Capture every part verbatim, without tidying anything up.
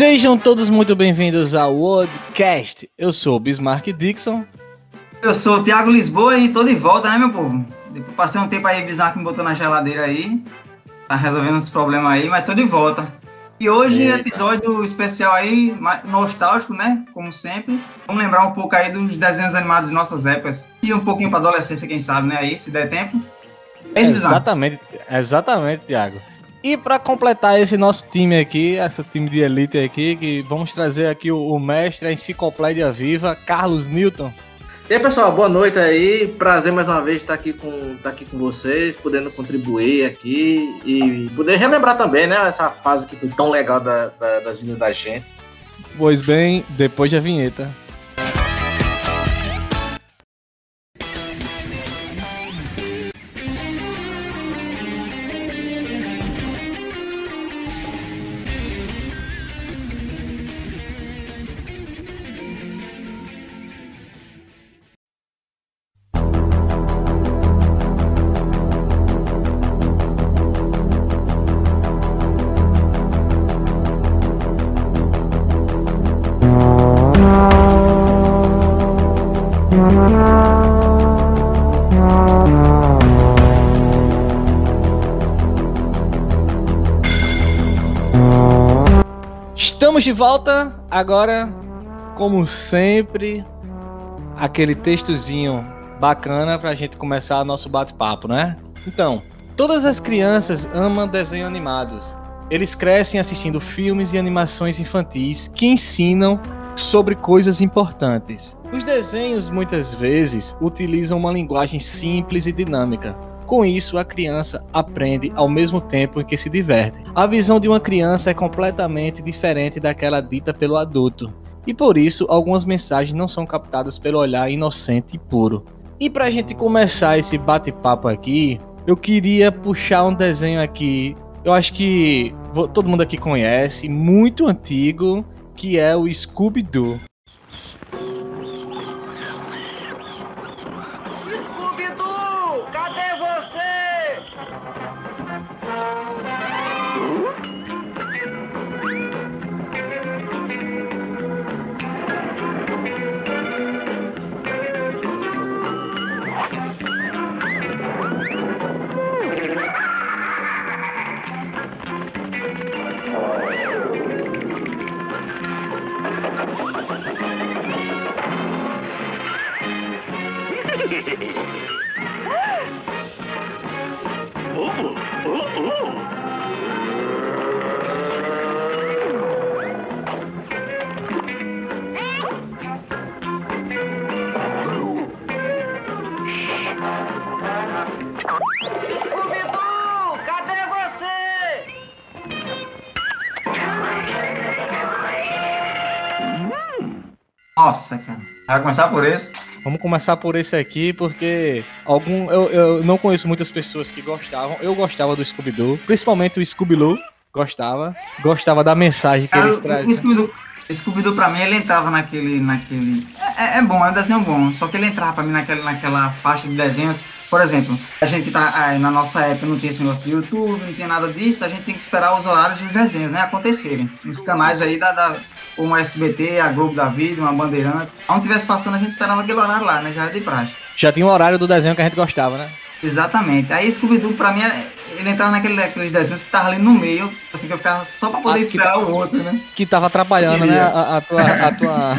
Sejam todos muito bem-vindos ao Wordcast. Eu sou o Bismarck Dixon. Eu sou o Thiago Lisboa e tô de volta, né, meu povo? Depois passei um tempo aí, Bismarck me botou na geladeira aí, tá resolvendo uns problemas aí, mas tô de volta. E hoje, Eita. Episódio especial aí, nostálgico, né, como sempre. Vamos lembrar um pouco aí dos desenhos animados de nossas épocas. E um pouquinho pra adolescência, quem sabe, né, aí, se der tempo. É isso, Bismarck? Exatamente, exatamente, Thiago. E para completar esse nosso time aqui, esse time de elite aqui, que vamos trazer aqui o, o mestre, a enciclopédia viva, Carlos Newton. E aí, pessoal, boa noite aí. Prazer mais uma vez estar aqui com, estar aqui com vocês, podendo contribuir aqui e poder relembrar também, né, essa fase que foi tão legal da, da, das vidas da gente. Pois bem, depois da vinheta. Estamos de volta, agora, como sempre, aquele textozinho bacana pra gente começar nosso bate-papo, né? Então, todas as crianças amam desenhos animados. Eles crescem assistindo filmes e animações infantis que ensinam sobre coisas importantes. Os desenhos, muitas vezes, utilizam uma linguagem simples e dinâmica. Com isso, a criança aprende ao mesmo tempo em que se diverte. A visão de uma criança é completamente diferente daquela dita pelo adulto. E por isso, algumas mensagens não são captadas pelo olhar inocente e puro. E pra gente começar esse bate-papo aqui, eu queria puxar um desenho aqui, eu acho que todo mundo aqui conhece, muito antigo, que é o Scooby-Doo. Nossa, cara. Vai começar por esse? Vamos começar por esse aqui, porque algum, eu, eu não conheço muitas pessoas que gostavam. Eu gostava do Scooby-Doo, principalmente o Scooby-Doo. Gostava. Gostava da mensagem que cara, eles traziam. Scooby-Doo, Scooby-Doo, pra mim, ele entrava naquele... naquele... É, é bom, é um desenho bom. Só que ele entrava pra mim naquela, naquela faixa de desenhos. Por exemplo, a gente que tá aí, na nossa época não tinha esse negócio de YouTube, não tinha nada disso. A gente tem que esperar os horários dos desenhos, né, acontecerem. Nos canais aí da... da como a S B T, a Globo da Vida, uma Bandeirante. Onde tivesse passando, a gente esperava aquele horário lá, né? Já era de praxe. Já tinha o horário do desenho que a gente gostava, né? Exatamente. Aí Scooby-Doo, pra mim, ele entrava naquele, naqueles desenhos que tava ali no meio, assim, que eu ficava só pra poder ah, esperar tá, o outro, né? Que tava atrapalhando, né? A, a, tua, a, tua,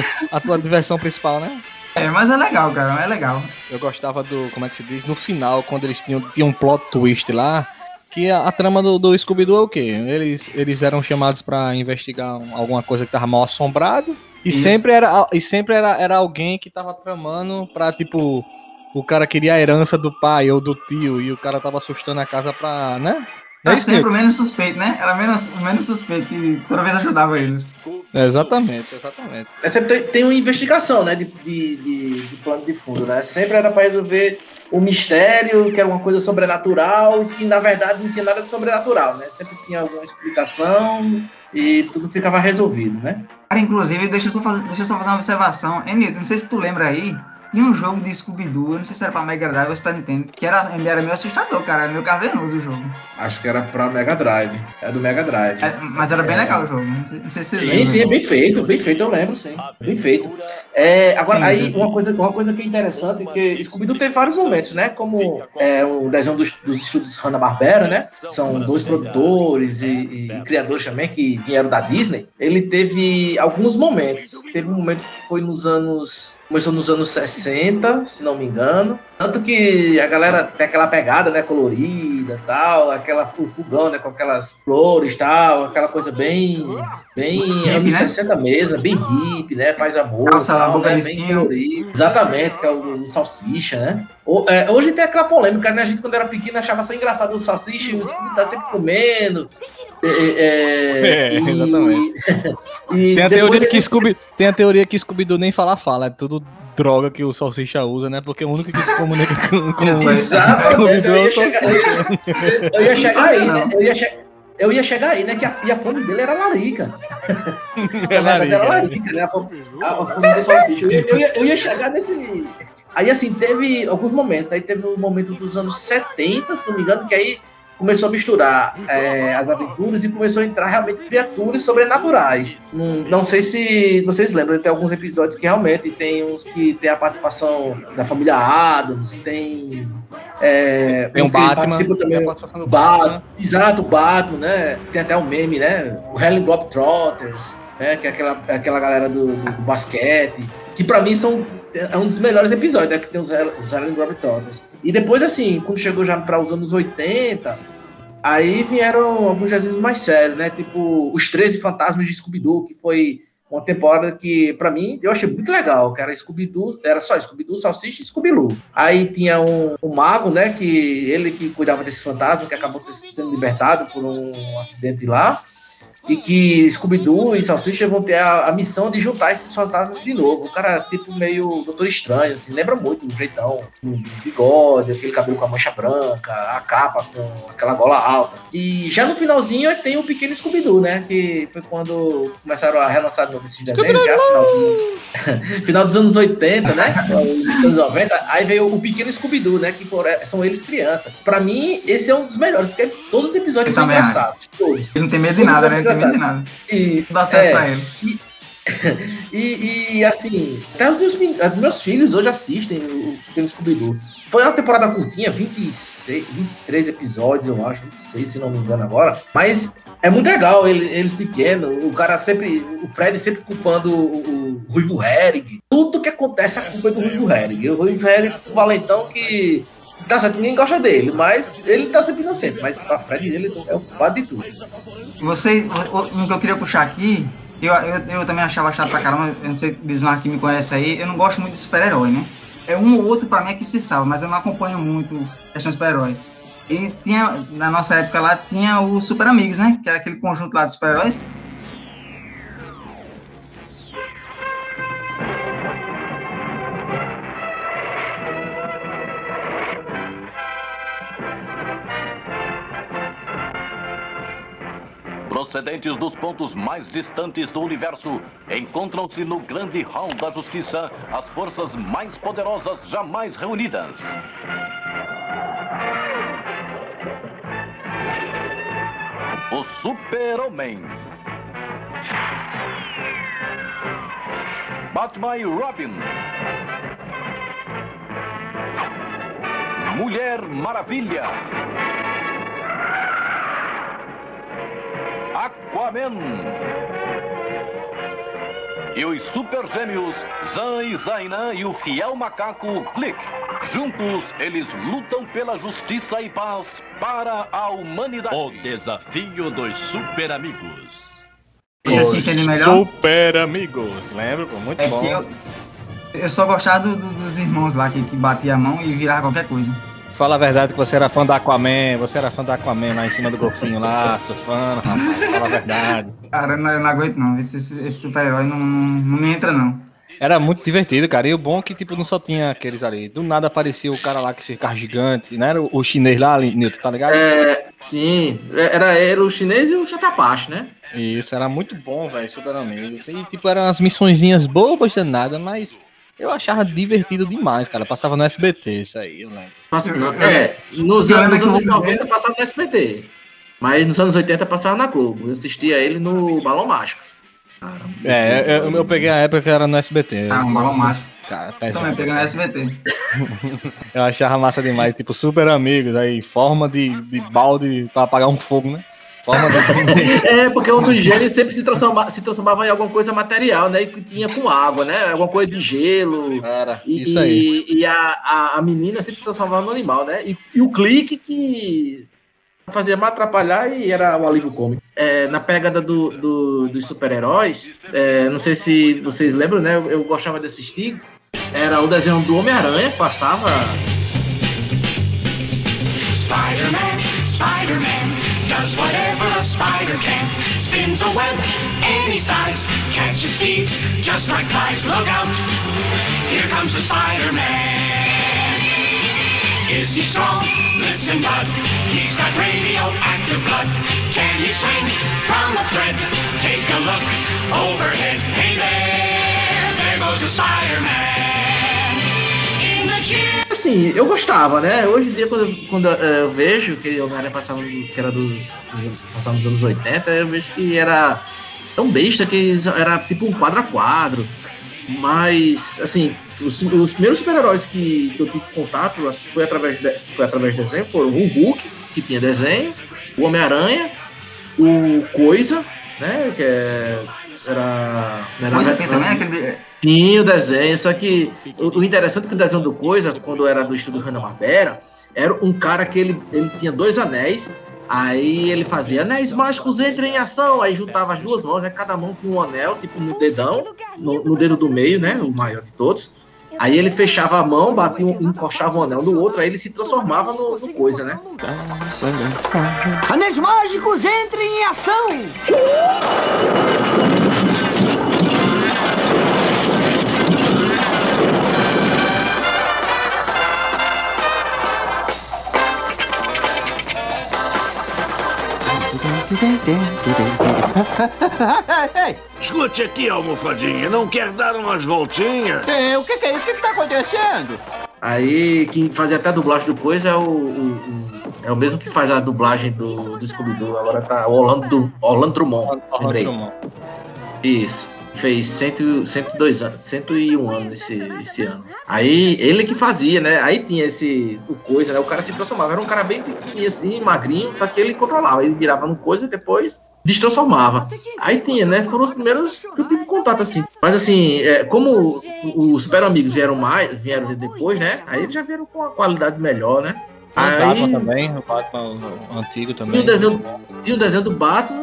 a tua diversão principal, né? É, mas é legal, cara, é legal. Eu gostava do, como é que se diz, no final, quando eles tinham, tinham um plot twist lá, que a, a trama do, do Scooby-Doo é o quê? Eles, eles eram chamados pra investigar alguma coisa que tava mal assombrado, e Isso. sempre, era, e sempre era, era alguém que tava tramando pra, tipo, o cara queria a herança do pai ou do tio, e o cara tava assustando a casa pra, né? Era é sempre o menos suspeito, né? Era menos, o menos suspeito, que toda vez ajudava eles. É, exatamente, exatamente. É sempre tem, tem uma investigação, né, de, de, de, de plano de fundo, né? Sempre era pra resolver o mistério, que era uma coisa sobrenatural, que na verdade não tinha nada de sobrenatural, né? Sempre tinha alguma explicação e tudo ficava resolvido, né? Cara, inclusive, deixa eu só fazer, deixa eu só fazer uma observação. Emílio, não sei se tu lembra aí, tinha um jogo de Scooby-Doo, eu não sei se era pra Mega Drive ou Super Nintendo, que era, era meio assustador, cara, era meio cavernoso o jogo. Acho que era pra Mega Drive. É do Mega Drive. É, mas era bem É. legal o jogo, não sei, não sei se vocês Sim, lembram. sim, é bem feito, bem feito, eu lembro, sim. Bem feito. É, agora, aí, uma coisa, uma coisa que é interessante, que Scooby-Doo teve vários momentos, né? Como é, o desenho dos, dos estúdios Hanna-Barbera, né? São dois produtores e, e, e criadores também que vieram da Disney. Ele teve alguns momentos. Teve um momento que foi nos anos... Começou nos anos sessenta, se não me engano. Tanto que a galera tem aquela pegada, né? Colorida e tal. Aquela, o fogão, né? Com aquelas flores e tal. Aquela coisa bem... Bem Hippie, anos né? sessenta mesmo, né? Bem hippie, né? Paz e amor, Calça, tal, boca né? de Bem sino. colorido. Exatamente, que é o do Salsicha, né? O- é, hoje tem aquela polêmica, né? A gente, quando era pequeno, achava só engraçado o Salsicha e o Scooby tá sempre comendo. É, é, É, e, exatamente. e Tem a depois teoria ele- que Scooby, tem a teoria que Scooby-Doo nem fala fala, é tudo droga que o Salsicha usa, né? Porque o único que se comunica com, com o Exatamente, Scooby-Doo eu é o ia chegar, Salsicha. eu ia chegar aí, Não. né? Eu ia, che- eu ia chegar aí, né? Que a, e a fome dele era larica. É A verdade era larica. larica, né? A fome, a, a fome do Salsicha. Eu, ia- eu, ia, eu ia chegar nesse... Aí, assim, teve alguns momentos. Aí teve o momento dos anos setenta, se não me engano, que aí começou a misturar é, as aventuras e começou a entrar realmente criaturas sobrenaturais. Não, não sei se vocês lembram, tem alguns episódios que realmente tem uns que tem a participação da família Addams, tem... É, Tem um uns que ele Batman, participa tem a também, participação do Batman, Batman. exato, o Batman, né? Tem até um meme, né? O Harlem Globetrotters, né? Que é aquela, aquela galera do, do, do basquete, que pra mim são é um dos melhores episódios, né? Que tem os, Hel- os Harlem Globetrotters. E depois, assim, quando chegou já para os anos oitenta, aí vieram alguns desenhos mais sérios, né? Tipo, Os treze Fantasmas de Scooby-Doo, que foi uma temporada que, pra mim, eu achei muito legal, que era Scooby-Doo, era só Scooby-Doo, Salsicha e Scooby-Doo. Aí tinha um, um mago, né, que ele que cuidava desses fantasmas, que acabou sendo libertado por um acidente lá, e que Scooby-Doo e Salsicha vão ter a, a missão de juntar esses fantasmas de novo. O cara, tipo, meio Doutor Estranho, assim, lembra muito do jeitão, do bigode, aquele cabelo com a mancha branca, a capa com aquela gola alta. E já no finalzinho tem o pequeno Scooby-Doo, né, que foi quando começaram a relançar de novo esses desenhos, já final, do, final dos anos oitenta, né, os anos noventa, aí veio o pequeno Scooby-Doo, né, que são eles crianças. Pra mim, esse é um dos melhores, porque todos os episódios Eu são também engraçados, todos. Ele não tem medo de nada, né? Ele não tem medo de nada. E, Não dá certo é, pra ele. e, e, assim, até os meus, os meus filhos hoje assistem o Pequeno Scooby-Doo. Foi uma temporada curtinha, vinte e seis, vinte e três episódios, eu acho, vinte e seis, se não me engano agora. Mas é muito legal, ele, eles pequenos, o cara sempre, o Fred sempre culpando o, o Ruivo Herring. Tudo que acontece, a culpa é do Ruivo Herring. O Ruivo Herring é um valentão que... Tá certo, ninguém gosta dele, mas ele tá sempre inocente. Mas pra Fred, ele é o culpado de tudo. Você, o, o, o que eu queria puxar aqui, eu, eu, eu também achava chato pra caramba, eu não sei se Bismarck me conhece aí, eu não gosto muito de super-herói, né? É um ou outro pra mim é que se salva, mas eu não acompanho muito questão de super-herói. E tinha, na nossa época lá, tinha o Super Amigos, né? Que era aquele conjunto lá de super-heróis. Procedentes dos pontos mais distantes do universo, encontram-se no grande hall da justiça as forças mais poderosas jamais reunidas. O Super-Homem, Batman e Robin, Mulher Maravilha, Aquaman e os super gêmeos Zan e Zaina e o fiel macaco Click. Juntos, eles lutam pela justiça e paz para a humanidade. O desafio dos super amigos. Você se entende melhor? Super Amigos, lembra? Pô, muito É bom. que eu, eu só gostava do, do, dos irmãos lá que, que batia a mão e virava qualquer coisa. Fala a verdade que você era fã da Aquaman, você era fã da Aquaman lá em cima do golfinho lá, surfando, rapaz, fala a verdade. Cara, eu não, eu não aguento não, esse, esse, esse super-herói não, não, não me entra não. Era muito divertido, cara, e o bom é que, tipo, não só tinha aqueles ali, do nada aparecia o cara lá que se carro gigante, não era o, o chinês lá, Nilton, tá ligado? É, sim, era, era o chinês e o chatapache, né? Isso, era muito bom, velho, Super Amigos. E, tipo, eram umas missõezinhas bobas de nada, mas Eu achava divertido demais, cara. Passava no S B T, isso aí, eu lembro. Passa, não, é, nos anos, nos anos noventa passava no S B T. Mas nos anos oitenta passava na Globo. Eu assistia ele no Balão Mágico. Cara, é, eu, eu peguei a época que era no S B T. Ah, um Balão Mágico. Cara, também peguei no S B T. Eu achava massa demais, tipo, Super Amigos, aí, forma de, de balde pra apagar um fogo, né? Forma de... É, porque um dos gênios sempre se transformava, se transformava em alguma coisa material, né? E que tinha com água, né? Alguma coisa de gelo. Era, e, isso aí. E, e a, a, a menina sempre se transformava no animal, né? E, e o clique que fazia mais atrapalhar e era o alívio cômico. É, na pegada do, do, dos super-heróis, é, não sei se vocês lembram, né? Eu, eu gostava de assistir. Era o desenho do Homem-Aranha, passava... Spider-Man, Spider-Man does whatever a spider can. Spins a web any size, catches thieves just like flies. Look out, here comes the Spider-Man. Is he strong? Listen, bud, he's got radioactive blood. Can he swing from a thread? Take a look overhead. Hey there, there goes the Spider-Man. In the gym. Assim, eu gostava, né? Hoje em dia, quando, eu, quando eu vejo que o Homem-Aranha passava, que era do, passava nos anos oitenta, eu vejo que era tão besta que era tipo um quadro a quadro. Mas, assim, os, os primeiros super-heróis que, que eu tive contato foi através, de, foi através de desenho, foram o Hulk, que tinha desenho, o Homem-Aranha, o Coisa, né? Que é, era... era Coisa tem também aquele... Tinha o desenho, só que o, o interessante é que o desenho do Coisa, quando era do estúdio Hanna-Barbera, era um cara que ele, ele tinha dois anéis, aí ele fazia anéis mágicos entrem em ação, aí juntava as duas mãos, né? Cada mão tinha um anel, tipo no dedão, no, no dedo do meio, né? O maior de todos. Aí ele fechava a mão, batia um, encostava um anel no outro, aí ele se transformava no, no Coisa, né? Anéis mágicos entrem em ação! Escute aqui, almofadinha, não quer dar umas voltinhas? É, o que, que é isso? O que, que tá acontecendo? Aí, quem fazia até a dublagem do Coisa é o, o, o, é o mesmo que faz a dublagem do, do Scooby-Doo. Agora tá o Orlando, Orlando Drummond. Lembrei. Isso. Fez cento, cento e dois anos, cento e um anos esse, esse ano. Aí, ele que fazia, né? Aí tinha esse, o Coisa, né? O cara se transformava. Era um cara bem pequenininho assim, magrinho, só que ele controlava. Ele virava no Coisa e depois destransformava. Aí tinha, né? Foram os primeiros que eu tive contato, assim. Mas, assim, é, como os Super Amigos vieram mais, vieram depois, né? Aí eles já vieram com uma qualidade melhor, né? Tinha Aí, o Batman também, o Batman o antigo também. Tinha o desenho, tinha o desenho do Batman.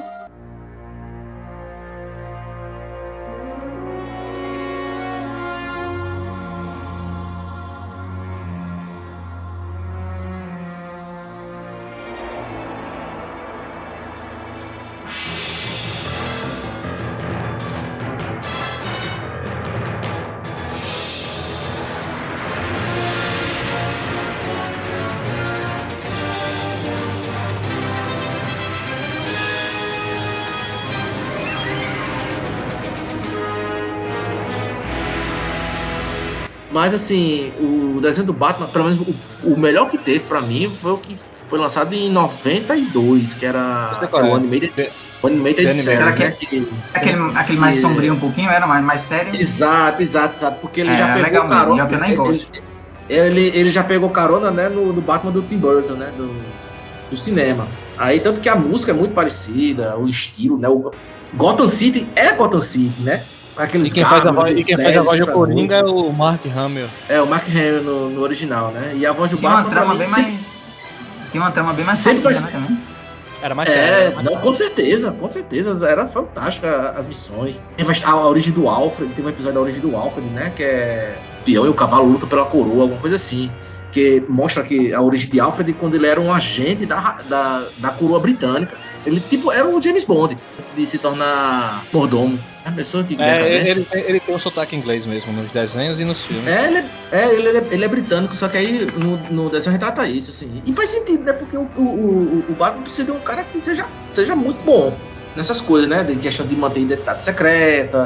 Mas, assim, o desenho do Batman, pelo menos o, o melhor que teve pra mim foi o que foi lançado em noventa e dois, que era é o Animated, o Animated Series, Era né? aquele, aquele, aquele mais sombrio um pouquinho, era mais, mais sério. Exato, exato, exato. Porque ele É, já pegou legal mesmo, carona. já que eu nem ele, gosto. ele, ele já pegou carona, né, no, no Batman do Tim Burton, né? Do, do cinema. Aí, tanto que a música é muito parecida, o estilo, né? O Gotham City é Gotham City, né? Aqueles E quem faz a gabos, voz, e quem faz a voz do Coringa é o Mark Hamill. É, o Mark Hamill no, no original, né? E a voz do Tem Batman uma trama pra bem mim, mais. sempre- Tem uma trama bem mais Sempre sofrida, faz- né, também. Era mais É, sério. não, com certeza, com certeza. Era fantástica as missões. Teve a, a origem do Alfred, tem um episódio da origem do Alfred, né? Que é o peão e o cavalo lutam pela coroa, alguma coisa assim. Que mostra que a origem de Alfred quando ele era um agente da, da, da coroa britânica. Ele, tipo, era um James Bond, antes de se tornar mordomo. A pessoa que É, decadência. ele, ele, ele tem um sotaque inglês mesmo, nos desenhos e nos filmes. É, ele é, é, ele, é, ele é britânico, só que aí no, no desenho retrata isso, assim. E faz sentido, né? Porque o, o, o, o Batman precisa de um cara que seja, seja muito bom nessas coisas, né? De questão de manter identidade secreta,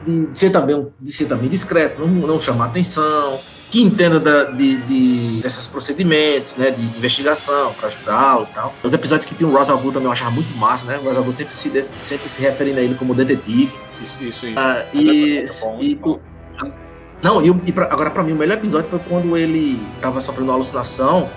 de ser também, de ser também discreto, não, não chamar atenção, que entenda da, de, de, desses procedimentos, né, de investigação, para ajudá-lo e tal. Os episódios que tinha o Ra's al Ghul também eu achava muito massa, né? O Ra's al Ghul sempre se, sempre se referindo a ele como detetive. Isso, isso, isso. Ah, e, bom, e o, não, e, e pra, agora pra mim o melhor episódio foi quando ele tava sofrendo uma alucinação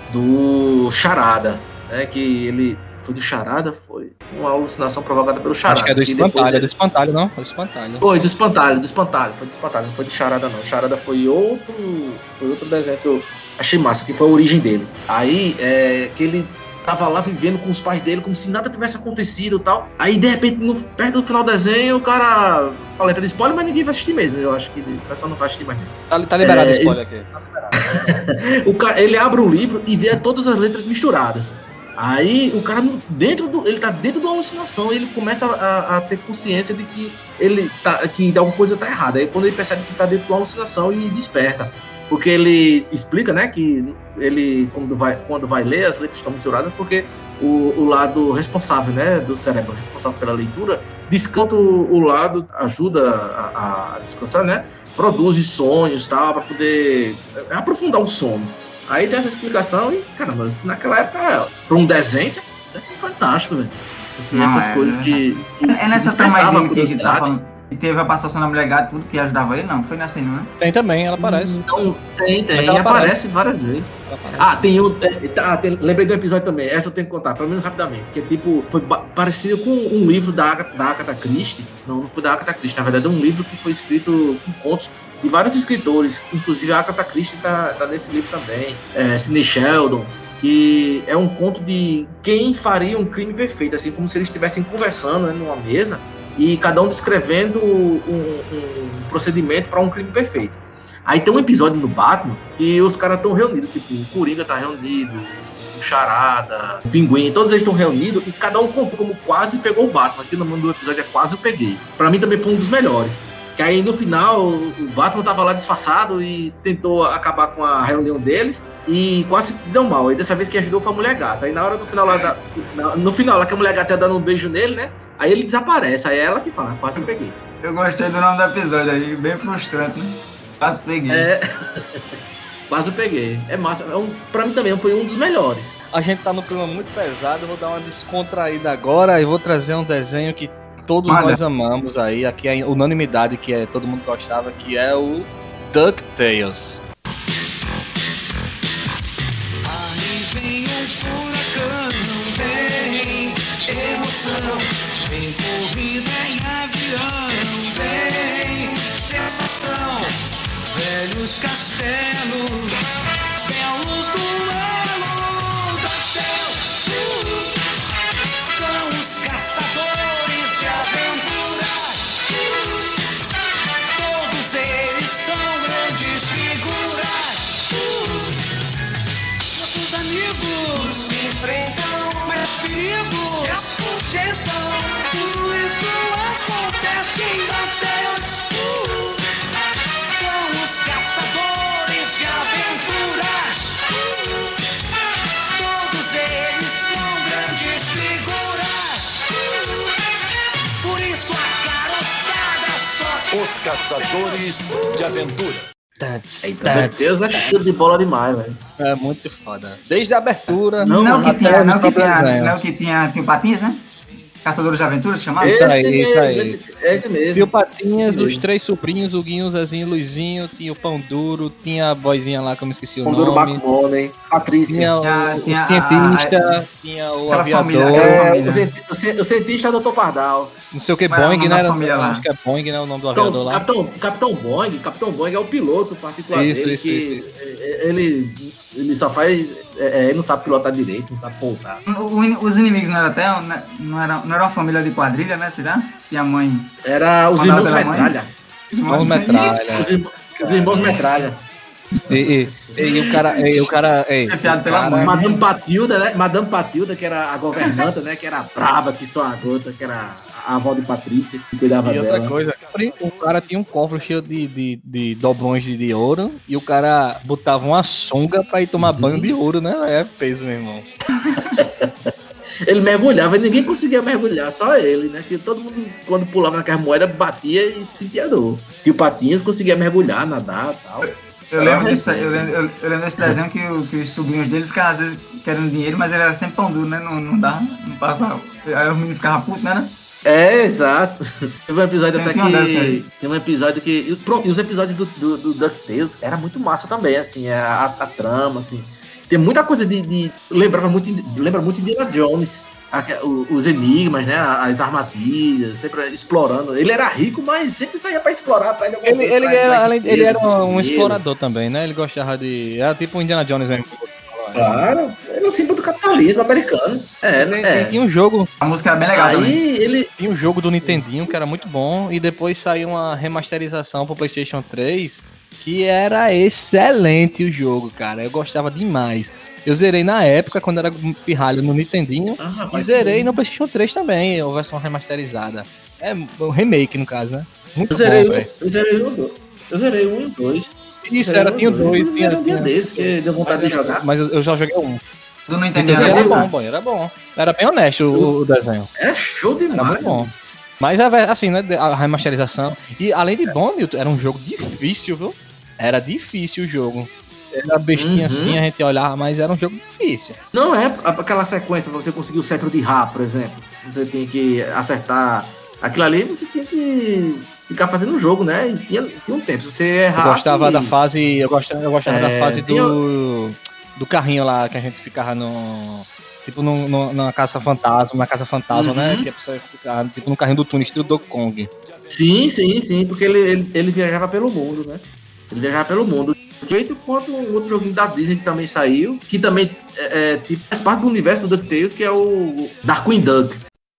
do Charada, né? Que ele... Foi do Charada? Foi uma alucinação provocada pelo Charada. Acho que é do Espantalho, ele... é do Espantalho, não? Foi do Espantalho. Foi do Espantalho, do Espantalho, foi do Espantalho, não foi de Charada não. Charada foi outro, foi outro desenho que eu achei massa, que foi a origem dele. Aí, é, que ele tava lá vivendo com os pais dele, como se nada tivesse acontecido e tal. Aí, de repente, no, perto do final do desenho, o cara... Paleta de spoiler, mas ninguém vai assistir mesmo. Eu acho que o pessoal não vai assistir mais. Tá, tá liberado o é, spoiler ele... aqui. Tá liberado. o cara, ele abre o livro e vê todas as letras misturadas. Aí o cara dentro do, ele tá dentro de uma alucinação, ele começa a, a ter consciência de que ele tá, que alguma coisa tá errada. Aí quando ele percebe que tá dentro de uma alucinação, ele desperta, porque ele explica, né, que ele quando vai quando vai ler as letras estão misturadas porque o, o lado responsável, né, do cérebro responsável pela leitura descansa o, o lado ajuda a, a descansar, né, produz sonhos tal para poder aprofundar o sono. Aí tem essa explicação e, caramba, naquela época, pra um desenho, isso é fantástico, velho. Assim, não, essas é, coisas é, que, que... É nessa trama aí dele que ele tá falando, que teve a participação da mulher gata, tudo que ajudava ele, não? Foi nessa aí, não é? Tem também, ela aparece. Então, tem, tem, e aparece. aparece várias vezes. Aparece. Ah, tem um... É, tá, tem, lembrei do episódio também, essa eu tenho que contar, pelo menos rapidamente, que é tipo, foi parecido com um livro da, da Agatha Christie, não, não foi da Agatha Christie, na verdade é um livro que foi escrito com contos de vários escritores, inclusive a Agatha Christie tá, tá nesse livro também, é, Sidney Sheldon, que é um conto de quem faria um crime perfeito, assim como se eles estivessem conversando, né, numa mesa e cada um descrevendo um, um procedimento para um crime perfeito. Aí tem um episódio no Batman que os caras estão reunidos, tipo, o Coringa tá reunido, o Charada, o Pinguim, todos eles estão reunidos e cada um contou como quase pegou o Batman. Aqui no nome do episódio é Quase Eu Peguei. Pra mim também foi um dos melhores. Que aí no final o Batman tava lá disfarçado e tentou acabar com a reunião deles e quase se deu mal. Aí dessa vez quem ajudou foi a mulher gata. Aí na hora do final lá, da, no final lá que a mulher gata ia dando um beijo nele, né? Aí ele desaparece. Aí é ela que fala, quase eu peguei. Eu gostei do nome do episódio aí, bem frustrante, né? Quase peguei. É. Quase eu peguei. É massa. É um, pra mim também foi um dos melhores. A gente tá num clima muito pesado, eu vou dar uma descontraída agora e vou trazer um desenho que todos Manda. nós amamos aí, aqui é a unanimidade que é, todo mundo gostava, que é o DuckTales. Aí vem um furacão, vem emoção, vem corrida em avião, vem sensação, velhos castelos, belos duelos, DuckTales, são os caçadores de aventuras, todos eles são grandes figuras, nossos amigos se enfrentam, mas perigos gestam, tudo isso acontece em DuckTales, são os caçadores de aventuras, todos eles são grandes figuras, por isso a garotada só... Os Caçadores de Aventura. Eita, Deus, é show de bola demais, velho. É muito foda. Desde a abertura. Não, não que tinha, não que tinha, não que tinha, tinha o Patinhas, né? Caçadores de Aventuras, chamado? Esse aí, mesmo, isso aí. Esse, esse mesmo. Tinha o Patinhas, os três sobrinhos, o Guinho, o Zezinho e o Luizinho, tinha o Pão Duro, tinha a boizinha lá que eu me esqueci o Pão nome. Duro Macmone, Patrícia. Tinha o, tinha, o tinha cientista, a, a, tinha o aquela aviador. Família, é, o, cientista, o cientista é o doutor Pardal. Não sei o que, Mas Boeing, né? Era, acho que é Boeing, né? O nome do então, aviador lá. Capitão, Capitão Boeing, Capitão Boeing é o piloto particular isso, dele, isso, que isso. Ele, ele só faz... É, ele não sabe pilotar direito, não sabe pousar. O, os inimigos não eram até... Não era, não era uma família de quadrilha, né? Será? E a mãe... Era os irmãos Metralha. Os irmãos Metralha. Os, irmãos, os irmãos Metralha. E, e, e o cara... E o cara e, Chefiado pela cara, mãe. Madame Patilda, né? Madame Patilda, que era a governanta, né? Que era brava, que só a gota, que era a avó de Patrícia, que cuidava e dela. E outra coisa, o cara tinha um cofre cheio de, de, de dobrões de, de ouro e o cara botava uma sunga pra ir tomar banho de ouro, né? É peso, meu irmão. Ele mergulhava e ninguém conseguia mergulhar, só ele, né? Que todo mundo, quando pulava naquela moeda, batia e sentia dor. Tio Patinhas conseguia mergulhar, nadar e tal. Eu lembro, desse, eu, lembro, eu, eu lembro desse desenho que, o, que os sobrinhos dele ficavam, às vezes, querendo dinheiro, mas ele era sempre pão duro, né? Não, não dava, não passava. Aí os meninos ficavam putos, né? É, exato. Teve um episódio Tem- até tem uma dessa que. aí. Tem um episódio que. e Pronto, e os episódios do, do, do DuckTales era muito massa também, assim, a, a trama, assim. Tem muita coisa de. de lembrava muito, lembra muito Indiana Jones. a- o- os enigmas, né? As armadilhas, sempre explorando. Ele era rico, mas sempre saía pra explorar, atrás de alguma Ele, coisa, ele, atrás de era, mais além- ele riqueza, era um, um dinheiro. explorador também, né? Ele gostava de. Era tipo o Indiana Jones mesmo. Claro, ele é um símbolo do capitalismo americano. É, Tem- é. tem- Tinha um jogo, A música era bem legal também. Aí ele. tinha um jogo do Nintendinho que era muito bom e depois saiu uma remasterização pro PlayStation três que era excelente o jogo, cara. Eu gostava demais. Eu zerei na época quando era pirralho no Nintendinho Ah, e rapaz, zerei no PlayStation três também, a versão remasterizada. É um remake no caso, né? Muito Eu zerei, bom, um, velho. eu zerei um, e dois. Eu zerei um e dois. Isso, Zerei era, um e tinha o dois. Eu Tinha, zerei um dia tinha- desse, que deu vontade mas, de jogar. mas eu eu já joguei um. Do não Entendi, entendi era nada. bom, boy, era bom. Era bem honesto o, o desenho. É show Era demais. muito bom. Mas é assim, né? A remasterização. E além de bom, Milton, era um jogo difícil, viu? Era difícil o jogo. Era bestinha Uhum. assim, a gente olhava, mas era um jogo difícil. Não é aquela sequência pra você conseguir o cetro de Ra, por exemplo. Você tem que acertar aquilo ali, você tem que ficar fazendo o jogo, né? E tinha, tinha um tempo. Se você Eu errasse... gostava da fase. Eu gostava, eu gostava da É, fase tinha- do. Do carrinho lá que a gente ficava no. Tipo no, no, na caça fantasma, na casa fantasma, Uhum. né? Que a pessoa ficava tipo no carrinho do túnel, estilo Donkey Kong. Sim, sim, sim, porque ele, ele, ele viajava pelo mundo, né? Ele viajava pelo mundo. Feito quanto um outro joguinho da Disney que também saiu, que também é, é, tipo, faz parte do universo do DuckTales, que é o Darkwing Duck.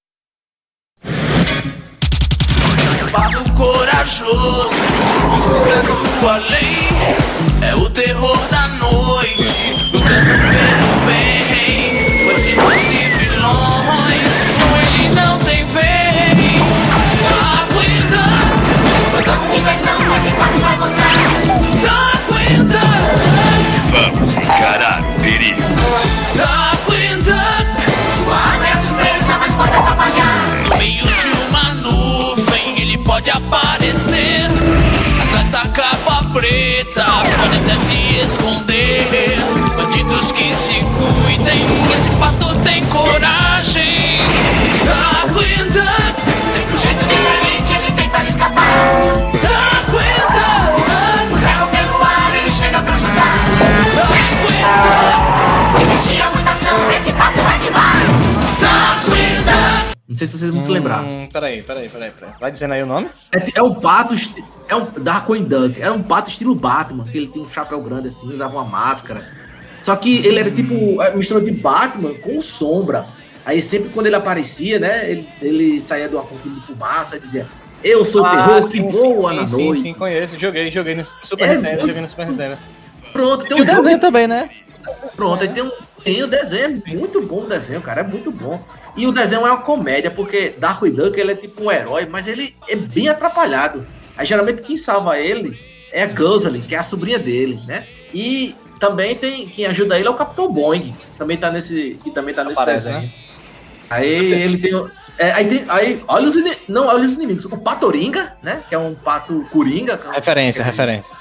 Pato corajoso, justiça é sua lei, é o terror da noite, lutando pelo bem, bandidos e vilões, com ele não tem vez. Darkwing Duck, explosão, diversão, mas o pato vai mostrar. Darkwing Duck, Vamos encarar o perigo. Darkwing Duck, sua arma é a surpresa, mas pode atrapalhar. No meio de uma nuvem, ele pode aparecer. Atrás da capa preta, pode até se esconder. Bandidos que se cuidem, esse pato tem coragem. Darkwing Duck, sempre um jeito diferente, ele tenta escapar. Darkwing Duck, o carro pelo ar, ele chega pra ajudar. Darkwing Duck, energia, mutação, esse pato é demais. Darkwing Duck. Não sei se vocês vão se lembrar. Hum, peraí, peraí, peraí, peraí. Vai dizendo aí o nome? É, é um pato, esti- é um Darkwing Duck, era um pato estilo Batman, que ele tinha um chapéu grande assim, usava uma máscara. Só que ele era tipo a mistura de Batman com sombra. Aí sempre quando ele aparecia, né, ele, ele saía de uma cortina de fumaça e dizia: eu sou o terror que voa na Ah, sim, noite. Sim, conheço. Joguei, joguei no Super É Nintendo, muito- joguei no Super Nintendo. Pronto, tem E um o jogo, desenho também, né? pronto, aí tem um, tem um desenho, muito bom o desenho, cara, é muito bom. E o desenho é uma comédia, porque Darkwing Duck, ele é tipo um herói, mas ele é bem atrapalhado. Aí geralmente quem salva ele é a Guzly, que é a sobrinha dele, né? E também tem quem ajuda ele é o Capitão Boing, que também tá nesse, que também tá nesse Aparece, desenho. né? Aí ele tem, o- é, aí tem, aí olha os ini- não, olha os inimigos. O Patoringa, né? Que é um pato coringa. que é um- Referência, que é- referência.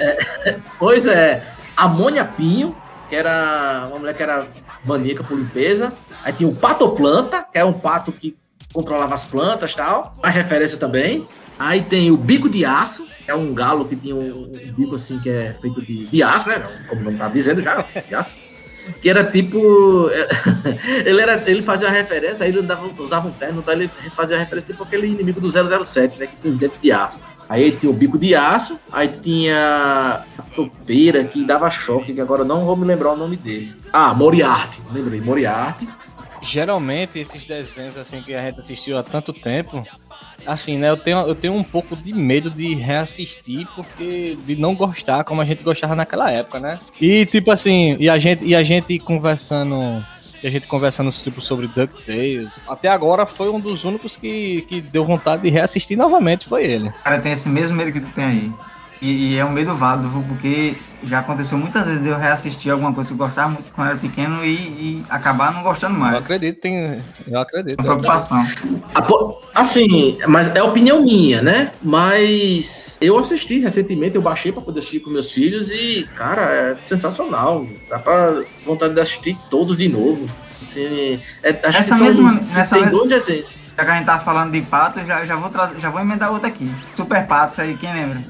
Pois é, a Mônia Pinho, que era uma mulher que era maníaca por limpeza. Aí tinha o Patoplanta, que é um pato que controlava as plantas e tal. Mais referência também. Aí tem o Bico de Aço, que é um galo que tinha um, um bico assim que é feito de, de aço, né? Como o nome tava dizendo já, de aço. Que era tipo. ele, era, ele fazia uma referência, aí ele andava, usava um terno, então ele fazia uma referência tipo aquele inimigo do zero zero sete, né? Que tinha os dentes de aço. Aí tinha o Bico de Aço, aí tinha a topeira que dava choque, que agora não vou me lembrar o nome dele. Ah, Moriarty, lembrei, Moriarty. Geralmente esses desenhos assim que a gente assistiu há tanto tempo, assim, né, eu tenho, eu tenho um pouco de medo de reassistir porque de não gostar como a gente gostava naquela época, né? E tipo assim, e a gente e a gente conversando, e a gente conversando tipo sobre DuckTales, até agora foi um dos únicos que, que deu vontade de reassistir novamente, foi ele. Cara, tem esse mesmo medo que tu tem aí. E, e é um medo válido, viu? Porque já aconteceu muitas vezes de eu reassistir alguma coisa que eu gostava muito quando eu era pequeno e, e acabar não gostando mais. Eu acredito, tem. Eu acredito. Com preocupação. Assim, mas é opinião minha, né? Mas eu assisti recentemente, eu baixei pra poder assistir com meus filhos e, cara, é sensacional. Dá pra vontade de assistir todos de novo. Assim, é, acho Essa que mesma, são, nessa tem mesma, dois desenhos. Já que a gente tá falando de pato, já, já, vou trazer, já vou emendar outra aqui. Super Patos aí, quem lembra?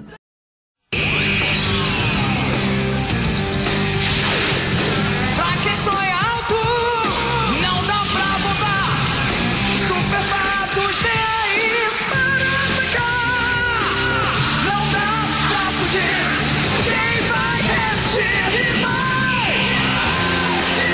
Pra quem sonha alto, não dá pra voltar. Super Patos vem aí para atacar. Não dá pra fugir. Quem vai resistir? E vai! E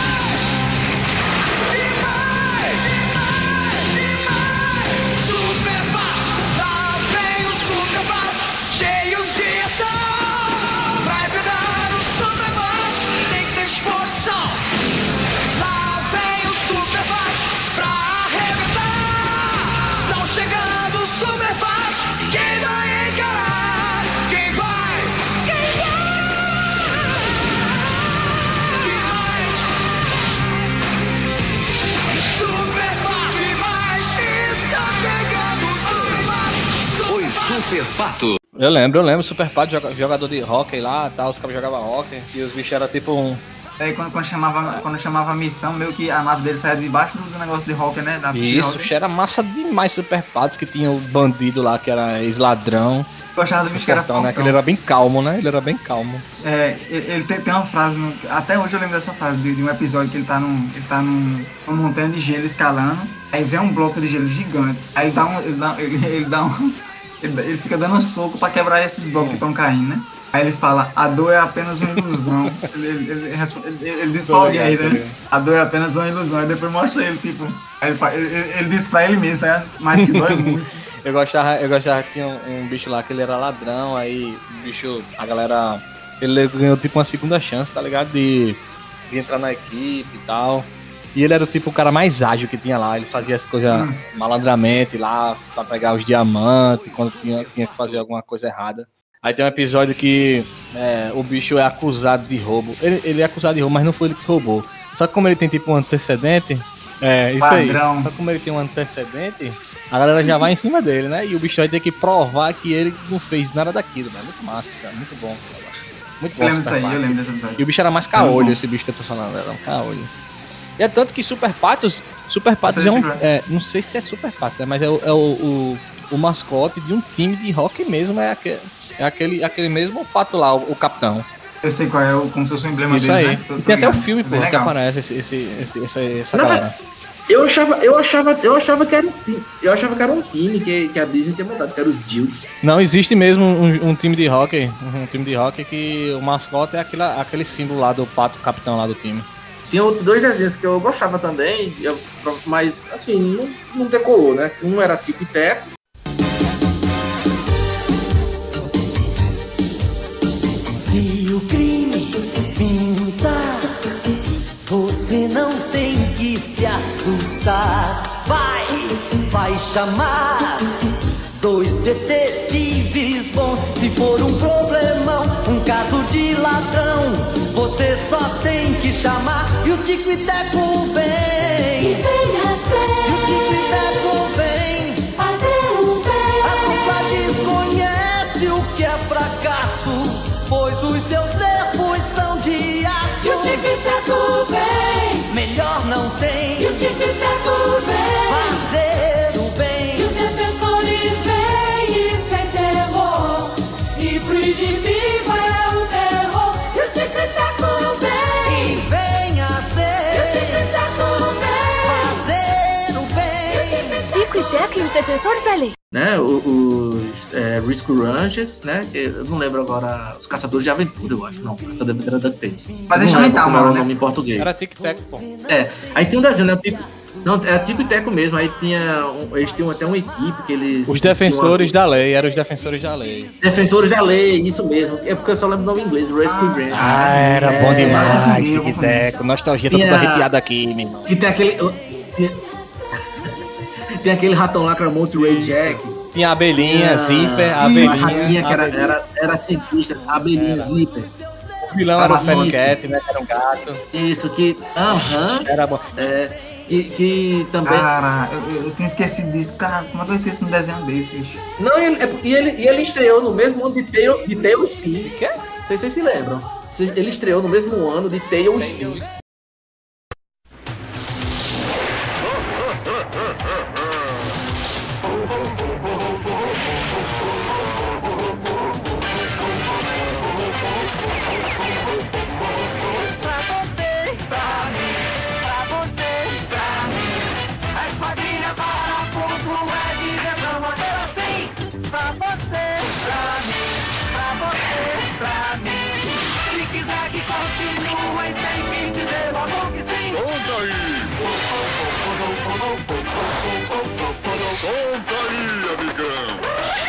vai! E vai! E vai! Super Patos, lá vem o Super Patos, cheios de ação. Vai pegar o Super Patos, tem que ter disposição. Lá vem o Super Patos pra arrebentar. Estão chegando os Super Patos, quem vai encarar? Quem vai? Quem vai? Que mais? Super Patos, que mais? Está chegando o Super Patos. Oi, Super Pato. Eu lembro, eu lembro, Super Pato, joga- jogador de hockey lá, tá, os caras jogavam hockey e os bichos eram tipo um. Aí quando, quando, chamava, quando chamava a missão, meio que a nave dele saía debaixo do, do negócio de rock, né? Da Isso, rock. bicho, era massa demais, Super Patos, que tinha o bandido lá, que era ex-ladrão. Eu achava do bicho que era Fortão, né? Que fortão. ele era bem calmo, né? Ele era bem calmo. É, ele, ele tem, tem uma frase, no- até hoje eu lembro dessa frase, de, de um episódio que ele tá, num, ele tá num, numa montanha de gelo escalando, aí vem um bloco de gelo gigante, aí ele dá um, ele dá, ele, ele dá um, ele, ele fica dando um soco pra quebrar esses blocos que estão caindo, né? Aí ele fala, a dor é apenas uma ilusão. ele, ele, ele, responde- ele, ele diz pra Tô alguém aí, ligado, tô né? ligado. A dor é apenas uma ilusão, aí depois mostra ele, tipo, aí ele, fala- ele, ele, ele diz pra ele mesmo, né? Mas que dói muito. Eu gostava, eu gostava que tinha um, um bicho lá que ele era ladrão, aí o bicho, a galera, ele ganhou tipo uma segunda chance, tá ligado? De, de entrar na equipe e tal. E ele era o tipo o cara mais ágil que tinha lá, ele fazia as coisas Hum. malandramente lá, pra pegar os diamantes, quando tinha, tinha que fazer alguma coisa errada. Aí tem um episódio que é, o bicho é acusado de roubo. Ele, ele é acusado de roubo, mas não foi ele que roubou. Só que como ele tem tipo um antecedente, é isso aí. Padrão. Só que como ele tem um antecedente, a galera já vai em cima dele, né? E o bicho vai ter que provar que ele não fez nada daquilo, velho. Muito massa, muito bom. Muito bom. Eu lembro disso Super aí, eu Patos. lembro desse episódio. E o bicho era mais Muito caolho, bom. esse bicho que eu tô falando, era um caolho. E é tanto que Super Patos, Super Patos Sei é um, se vai. é, não sei se é Super Patos, né, mas é, o, é o, o, o mascote de um time de hockey mesmo, é aquele, é aquele, aquele mesmo pato lá, o, o capitão. Eu sei qual é, o, como se fosse o emblema Isso dele, aí. né? Tô- E tô tem até o ligado. filme, Bem pô, que legal. aparece esse, esse, esse, essa, essa Na galera. verdade, eu achava, eu achava, eu achava que era um time, eu achava que era um time que, que a Disney tinha montado, que era os Dukes. Não, existe mesmo um, um time de hockey, um time de hockey que o mascote é aquele, aquele símbolo lá do pato capitão lá do time. Tinha outros dois desenhos que eu gostava também, eu- mas assim, não, não decolou, né? Um era Tico e Teco. Se o crime pintar, você não tem que se assustar. Vai, vai chamar dois detetives bons. Se for um problemão, um caso de ladrão, você só tem que chamar e o Tico e Teco vem. E venha ser E o Tico e Teco vem. fazer o bem. A dupla desconhece o que é fracasso, pois os seus nervos são de aço. E o tic-tac vem. Melhor não tem E o tic-tac vem. fazer o E bem. os defensores vêm e sem temor. E pro inimigo é o terror. E o tic-tac E vem. venha E o ser tic-tac vem. fazer o bem. Tico e Teco e os defensores da lei. Né, o- os é, Rescue Rangers, né, que eu não lembro agora, os Caçadores de Aventura, eu acho, não, Caçadores de Aventura da DuckTales. Mas Eu eles não também lembro como estavam, era o né? nome em português. Era tic-tac, pô. É, aí tem um desenho, né, Tico, não, é Tico e Teco mesmo, aí tinha, um- eles tinham até uma equipe que eles... Os tinham defensores umas- da lei, eram os defensores da lei. Defensores da lei, isso mesmo, é porque eu só lembro o nome em inglês, Rescue Rangers. Ah, era É, bom demais, confundi, eu tic-tac. Nostalgia, tá Tinha- tudo arrepiado aqui, meu irmão. Que tem aquele... Tem, tem aquele ratão lá que era o Monterey Jack, Tinha a abelhinha, Ah, zíper, a a abelhinha. ratinha que era, abelhinha. era, era cientista, a abelhinha Era. zíper. O vilão era o Isso. Fancat, né? Que era um gato. Isso, que. Aham. Era bom. É, que, que também. Cara, eu, eu tinha esquecido disso. Cara, como é que eu esqueci um desenho desse, bicho? Não, ele, é- e, ele, e ele estreou no mesmo ano de Tail, de Tailspin. Quê? Não sei se vocês se lembram. Vocês- Ele estreou no mesmo ano de Tailspin. Conta aí, amigão.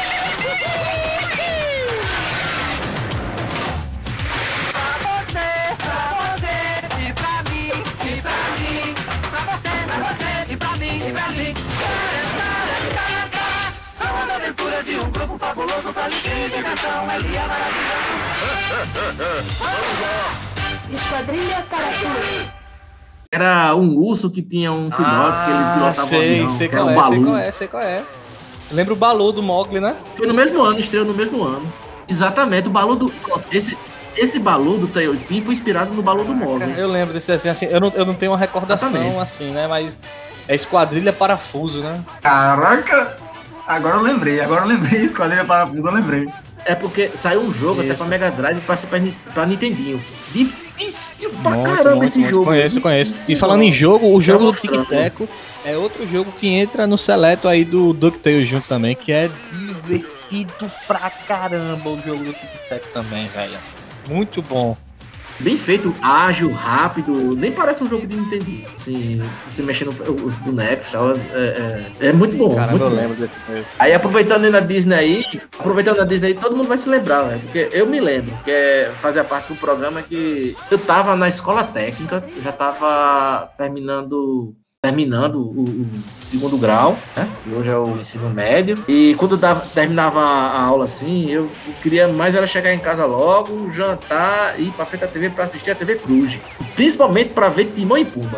Esquadrilha Parafuso. Era um urso que tinha um filhote que ele pilotava um sei, avião, sei que era qual um é, sei Balu. qual é, sei qual é. Lembra o Balu do Mogli, né? Foi no mesmo ano, estreou no mesmo ano. Exatamente, o Balu do. Esse, esse Balu do Tailspin foi inspirado no Balu do Mogli. Eu lembro desse desenho assim, eu não, eu não tenho uma recordação Exatamente. assim, né? Mas é Esquadrilha Parafuso, né? Caraca! Agora eu lembrei, agora eu lembrei. Esquadrilha Parafuso, eu lembrei. É porque saiu um jogo Isso. até pra Mega Drive e passou pra, Ni- pra Nintendinho. Difícil pra Muito, caramba muito, esse muito. jogo. Conheço, conheço. Difícil, E falando mano. em jogo, o jogo do mostrando. Tic Teco é outro jogo que entra no seleto aí do DuckTales junto também, que é divertido pra caramba o jogo do Tic Teco também, velho. Muito bom. Bem feito, ágil, rápido, nem parece um jogo de Nintendinho. Assim, você mexendo os bonecos e tal. É, é, é muito bom. Caramba, muito eu bom. lembro desse jogo. Aí aproveitando aí na Disney aí, aproveitando na Disney aí, todo mundo vai se lembrar, né? Porque eu me lembro, que é, fazia parte do programa que eu tava na escola técnica, eu já tava terminando, terminando o, o segundo grau, né? Que hoje é o ensino médio. E quando eu dava, terminava a aula assim, eu, eu queria mais era chegar em casa logo, jantar e ir pra frente da T V pra assistir a T V Cruz. Principalmente pra ver Timão e Pumba.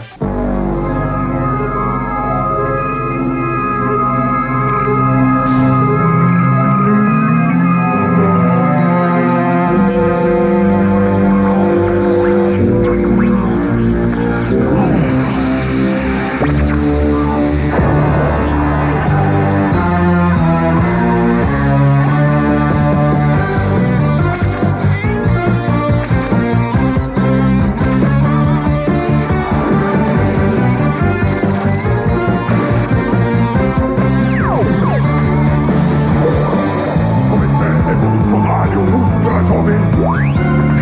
Revolucionário Ultra Jovem.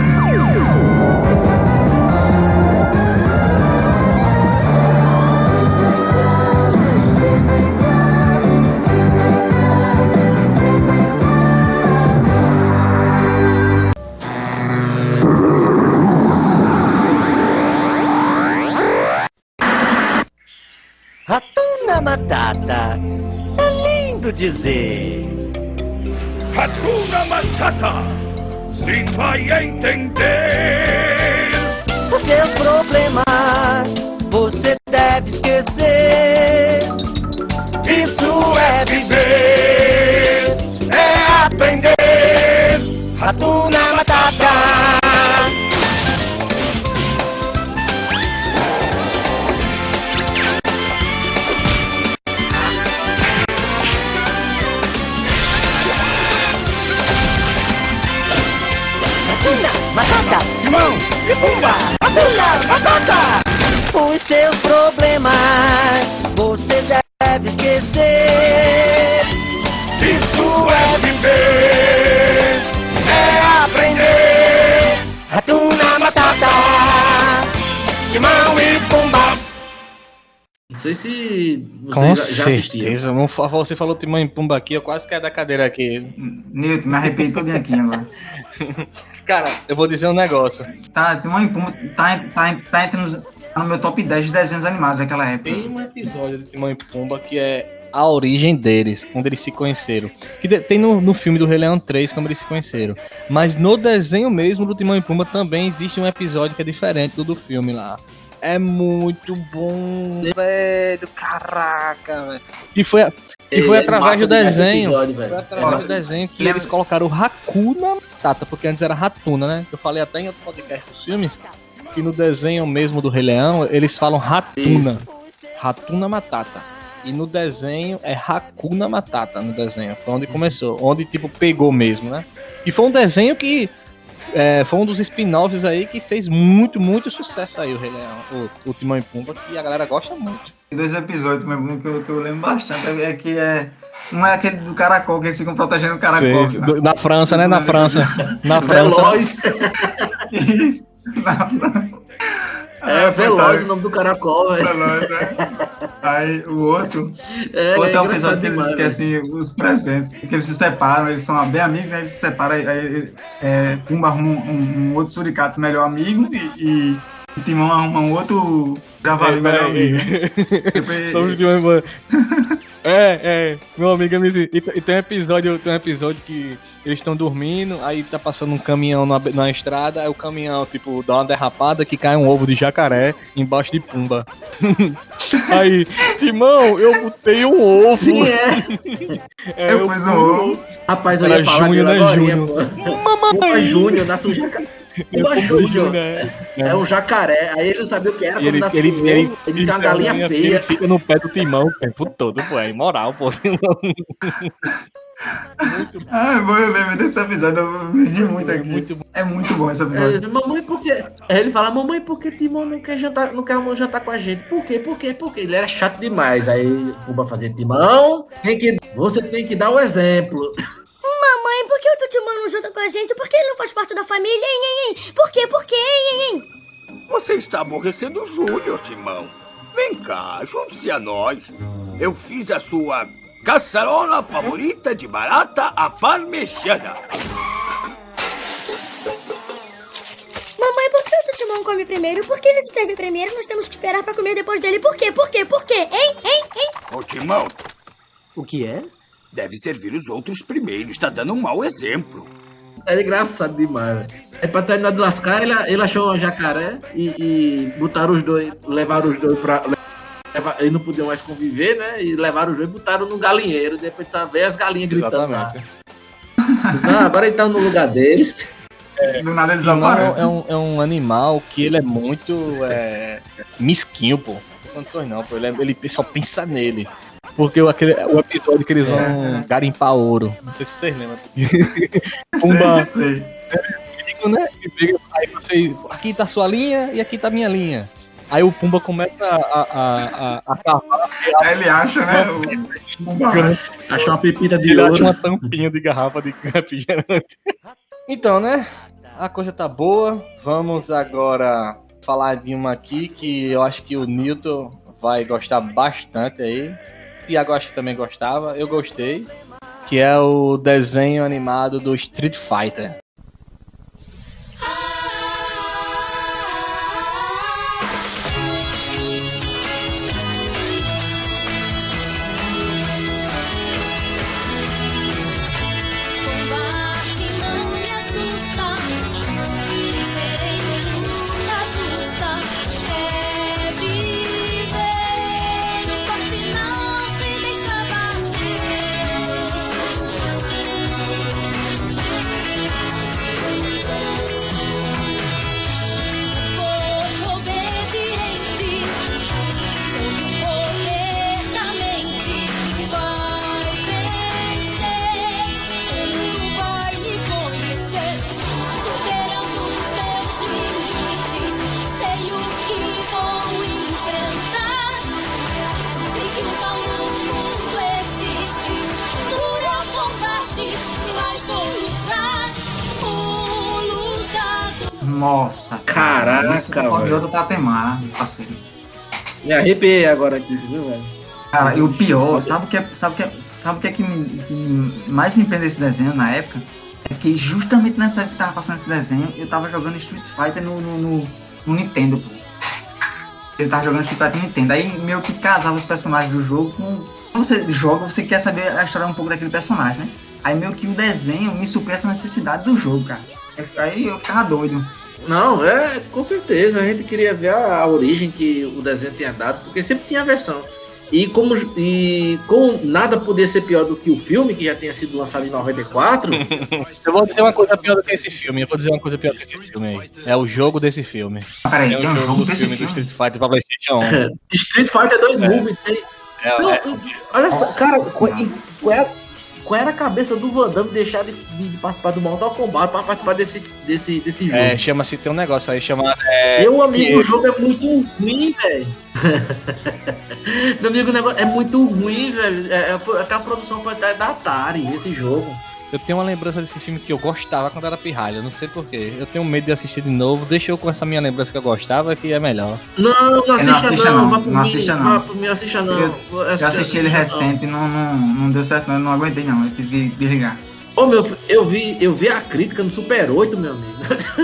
Ratuna Matata. É lindo dizer. Hakuna Matata. Sim, vai entender. Os seus problemas você deve esquecer. Isso é viver, é aprender. Ratuna Matata. Ratuna Matata, Timão e Pumba. Ratuna Matata. Os seus problemas você deve esquecer. Isso é viver, é aprender. Ratuna Matata, Timão e Pumba. Não sei se você Com já, já assistiu. certeza. Não fa- Você falou Timão e Pumba aqui, eu quase caí da cadeira aqui. Newton, me arrepiei todinho aqui agora. Cara, eu vou dizer um negócio. Tá, tem uma Pumba, tá, tá, tá entre nos, tá no meu top dez de desenhos animados daquela época. Tem um episódio de Timão e Pumba que é a origem deles, quando eles se conheceram. Que de, tem no, no filme do Rei Leão três como eles se conheceram. Mas no desenho mesmo do Timão e Pumba também existe um episódio que é diferente do do filme lá. É muito bom, velho. Caraca, velho. E foi, e foi é através do desenho. Episódio, foi através Nossa. do desenho que eles colocaram o Hakuna Matata, porque antes era Ratuna, né? Eu falei até em outro podcast dos filmes que no desenho mesmo do Rei Leão eles falam Ratuna. Ratuna Matata. E no desenho é Hakuna Matata no desenho. Foi onde começou, onde tipo pegou mesmo, né? E foi um desenho que É, foi um dos spin-offs aí que fez muito, muito sucesso aí, o Rei Leão, o, o Timão e Pumba, que a galera gosta muito. Tem dois episódios mesmo que eu, que eu lembro bastante, é que é... Um é aquele do caracol, que eles ficam protegendo o caracol. Sim, do, na França, né? Na França. Na França. Veloz. Isso, na França. É, é Veloz o nome do caracol, velho. Veloz, né? Aí o outro... É, o outro é, é um episódio que eles demais, esquecem véio. os presentes. Que eles se separam, eles são bem amigos, aí eles se separam, aí, aí é, Pumba arruma um, um, um outro suricato melhor amigo e, e, e Timão arruma um outro javali é, melhor amigo. Depois... É, é, meu amigo me disse. E, e tem um episódio, tem um episódio que eles estão dormindo, aí tá passando um caminhão na, na estrada, aí o caminhão, tipo, dá uma derrapada que cai um ovo de jacaré embaixo de Pumba. Aí, Timão, eu botei um ovo. Sim, é. é eu pus um ovo. Rapaz, eu ia falar Júnior, né, Júnior? Mamãe Júnior, nasce um jacaré. Pumba Júnior, é. é um jacaré, aí ele não sabia o que era, quando ele, nasce ele, um ovo, ele, ele, ele diz que é uma galinha feia. Ele fica no pé do Timão o tempo todo, pô, é imoral, pô. Muito bom. Ah, eu, vou, eu lembro desse episódio, eu me ri muito aqui. Muito bom. É muito bom esse episódio. É, mamãe, por quê? Aí ele fala, mamãe, por que Timão não quer jantar, não quer jantar com a gente? Por quê? Por quê? Por quê? Ele era chato demais. Aí o Pumba fazia, Timão, tem que, você tem que dar o exemplo. Mamãe, por que o tio Timão não janta com a gente? Por que ele não faz parte da família? Hein, hein, hein? Por quê? Por quê? Hein, hein? Você está aborrecendo o Júnior, Timão. Vem cá, junte-se a nós. Eu fiz a sua caçarola favorita de barata à parmegiana. Mamãe, por que o tio Timão come primeiro? Por que ele se serve primeiro? Nós temos que esperar pra comer depois dele. Por quê? Por quê? Por quê? Hein? Hein? Hein? Ô, Timão. O que é? Deve servir os outros primeiro. Está dando um mau exemplo. É engraçado demais. É pra terminar de lascar, ele, ele achou um jacaré e, e botaram os dois, levaram os dois pra... Levar, eles não podiam mais conviver, né? E levaram os dois e botaram no galinheiro. Depois de saber, as galinhas gritando lá. Não, agora eles estão no lugar deles. É, do nada eles aparecem. É um, é um animal que ele é muito é, mesquinho, pô. Não condições não, pô. Ele, é, ele só pensa nele. Porque o, aquele, o episódio que eles vão é. garimpar ouro. Não sei se vocês lembram. Pumba. Sei, sei. Eles ficam, né? Aí você. Aqui tá sua linha e aqui tá minha linha. Aí o Pumba começa a, a, a, a cavar. Aí ele acha, né? O Pumba acha uma pepita de ele ouro. Ele acha uma tampinha de garrafa de refrigerante. Então, né? A coisa tá boa. Vamos agora falar de uma aqui que eu acho que o Newton vai gostar bastante aí. Tiago acho que também gostava, eu gostei, que é o desenho animado do Street Fighter. Nossa, caraca, velho. Do Tatemar, parceiro. Me arrepiei agora aqui, viu, velho? Cara, e o pior, sabe o que é, sabe o que, é, sabe o que, é que, me, que mais me prendeu esse desenho na época? É que justamente nessa época que tava passando esse desenho, eu tava jogando Street Fighter no, no, no, no Nintendo, pô. Ele tava jogando Street Fighter no Nintendo. Aí meio que casava os personagens do jogo com, Quando você joga, você quer saber a história um pouco daquele personagem, né? Aí meio que o desenho me supera essa necessidade do jogo, cara. Aí eu ficava doido. Não, é, com certeza, a gente queria ver a, a origem que o desenho tinha dado, porque sempre tinha a versão. E como, e como nada podia ser pior do que o filme, que já tinha sido lançado em noventa e quatro... Eu vou dizer uma coisa pior do que esse filme, eu vou dizer uma coisa pior do que esse filme aí. É o jogo desse filme. Ah, peraí, é tem um jogo, jogo desse filme, filme? do Street Fighter pra PlayStation um. Street Fighter dois É. Movie tem... É, Não, é. olha só, Nossa, cara, nossa, qual, cara. qual era, qual era a cabeça do Van Damme deixar de, de- de participar do Mortal Kombat pra participar desse, desse, desse jogo? É, chama-se, tem um negócio aí chamado. É, Meu amigo, que- o jogo é muito ruim, velho. Meu amigo, o negócio é muito ruim, velho. É, é, foi- até a produção foi até da Atari, esse jogo. Eu tenho uma lembrança desse filme que eu gostava quando era pirralha, não sei porquê. Eu tenho medo de assistir de novo, deixa eu com essa minha lembrança que eu gostava, que é melhor. Não, não assista, não assista não, não, vá por não mim, assista não. vá por mim, assista não. Eu- Assista- Eu assisti ele assista não. recente e não, não, não deu certo, não. Eu não aguentei, não. Eu tive que desligar. Ô, meu, eu vi, eu vi a crítica no Super oito, meu amigo.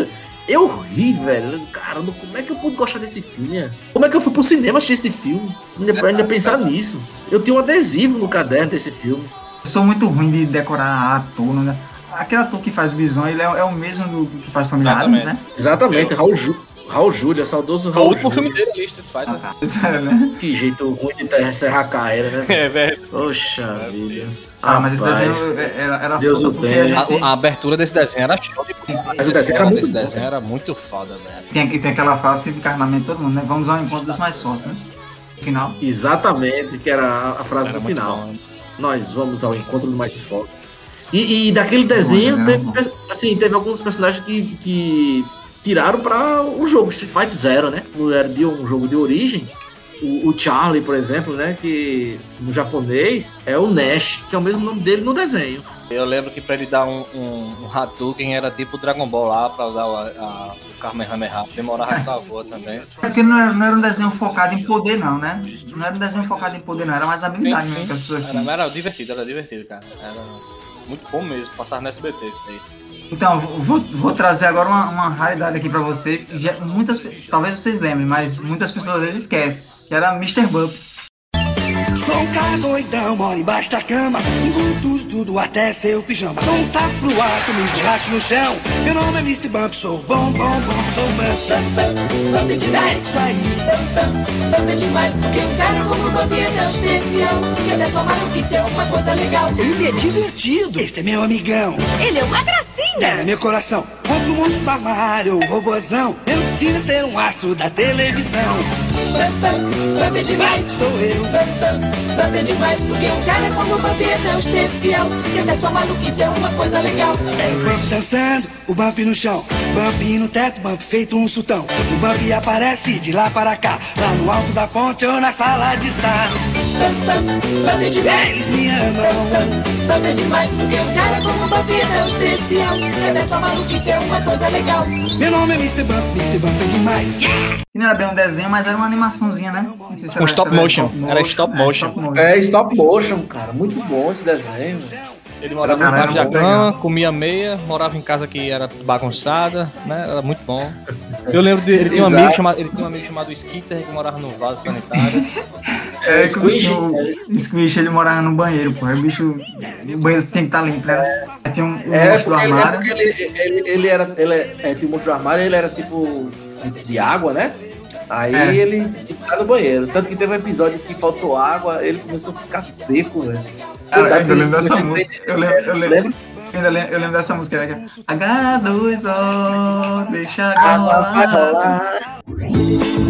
Eu ri, velho. Cara, como é que eu pude gostar desse filme? né? Como é que eu fui pro cinema assistir esse filme? Ainda, ainda pensar nisso. Eu tenho um adesivo no caderno desse filme. Eu sou muito ruim de decorar ator. Não... Aquele ator que faz o Bison, ele é, é o mesmo do que faz Família Adams, né? Exatamente, Raul, Ju, Raul Júlia, saudoso O Raul último Júlia. filme dele ali, Street Fighter. Ah, tá. Isso é, né? Que jeito ruim de ter- serrar a carreira, né? É, velho. Poxa vida. Ah, mas esse Rapaz, desenho era, era Deus foda o porque tenha. a A, gente a abertura desse desenho era show de bola. Mas o desenho era muito Esse bom. desenho era muito foda, velho. tem, aqui- tem aquela frase que fica na mente de todo mundo, né? Vamos ao encontro dos mais fortes, né? Final. Exatamente, que era a, a frase Era do muito final. bom. Nós vamos ao encontro do mais forte. E, e daquele desenho, Bom, teve, né? pe- assim, teve alguns personagens que, que tiraram para o jogo Street Fighter Zero, né? No era de um jogo de origem. O, o Charlie, por exemplo, né? Que no japonês é o Nash, que é o mesmo nome dele no desenho. Eu lembro que pra ele dar um, um, um Hadouken era tipo o Dragon Ball lá, pra usar o, a, o Kamehameha. Demorava a voa também. Porque não era, não era um desenho focado em poder, não, né? Não era um desenho focado em poder, não. Era mais habilidade Sim, mesmo sim. que as pessoas Era, tinham. era divertido, era divertido, cara. Era muito bom mesmo, passar no S B T isso aí. Então, vou, vou trazer agora uma, uma raridade aqui pra vocês. Que já, muitas, talvez vocês lembrem, mas muitas pessoas às vezes esquecem. Que era mister Bump. Sou um cara doidão, moro embaixo da cama. Engulo tudo, tudo até seu pijama. Dou um sapo pro ar, me esborracho no chão. Meu nome é mister Bump, sou bom, bom, bom, sou Bump. Bump demais, Isso aí. Bump demais, porque um cara como o Bump é tão especial. Que até só maluquice é uma coisa legal. Ele é divertido. Este é meu amigão. Ele é uma gracinha. É meu coração. Contra o monstro do armário, o robozão. Meu destino é ser um astro da televisão. Bump demais, Sou eu. Bump é demais, porque um cara como o Bump é tão especial. Que até só maluquice é uma coisa legal. É o Bump dançando, o Bump no chão. Bump no teto, Bump feito um sultão. O Bump aparece de lá para cá. Lá no alto da ponte ou na sala de estar. Bump é demais. Eles me amam. Bump é demais, porque um cara como o Bump é tão especial. Que até só maluquice é uma coisa legal. Meu nome é mister Bump, mister Bump é demais. Yeah! Que não era bem um desenho, mas era uma animaçãozinha, né? Não sei se Com era- stop se era motion. Era stop motion. É stop motion, cara. Muito bom esse desenho. Ele morava Caralho, embaixo da bom, cama, legal. comia meia, morava em casa que era tudo bagunçada, né? Era muito bom. Eu lembro dele, ele tinha um amigo Exato. chamado, ele tinha um amigo chamado Skitter que morava no vaso sanitário. É, que Squish. o Squish, ele morava no banheiro, pô. Aí o bicho, o banheiro tem que estar limpo, né? Aí tem um, um É monstro do porque, ele, é armário. porque ele, ele, ele era. Ele é, é, tinha um monstro do armário, ele era tipo feito de água, né? Aí É. ele ficava no banheiro. Tanto que teve um episódio que faltou água, ele começou a ficar seco, velho. Ah, Dá eu pra- lembro dessa você música. tem- Eu lembro, eu lembro, Lembra? eu ainda lembro, eu lembro dessa música, né? H dois O, deixa a Água vai rolar. rolar.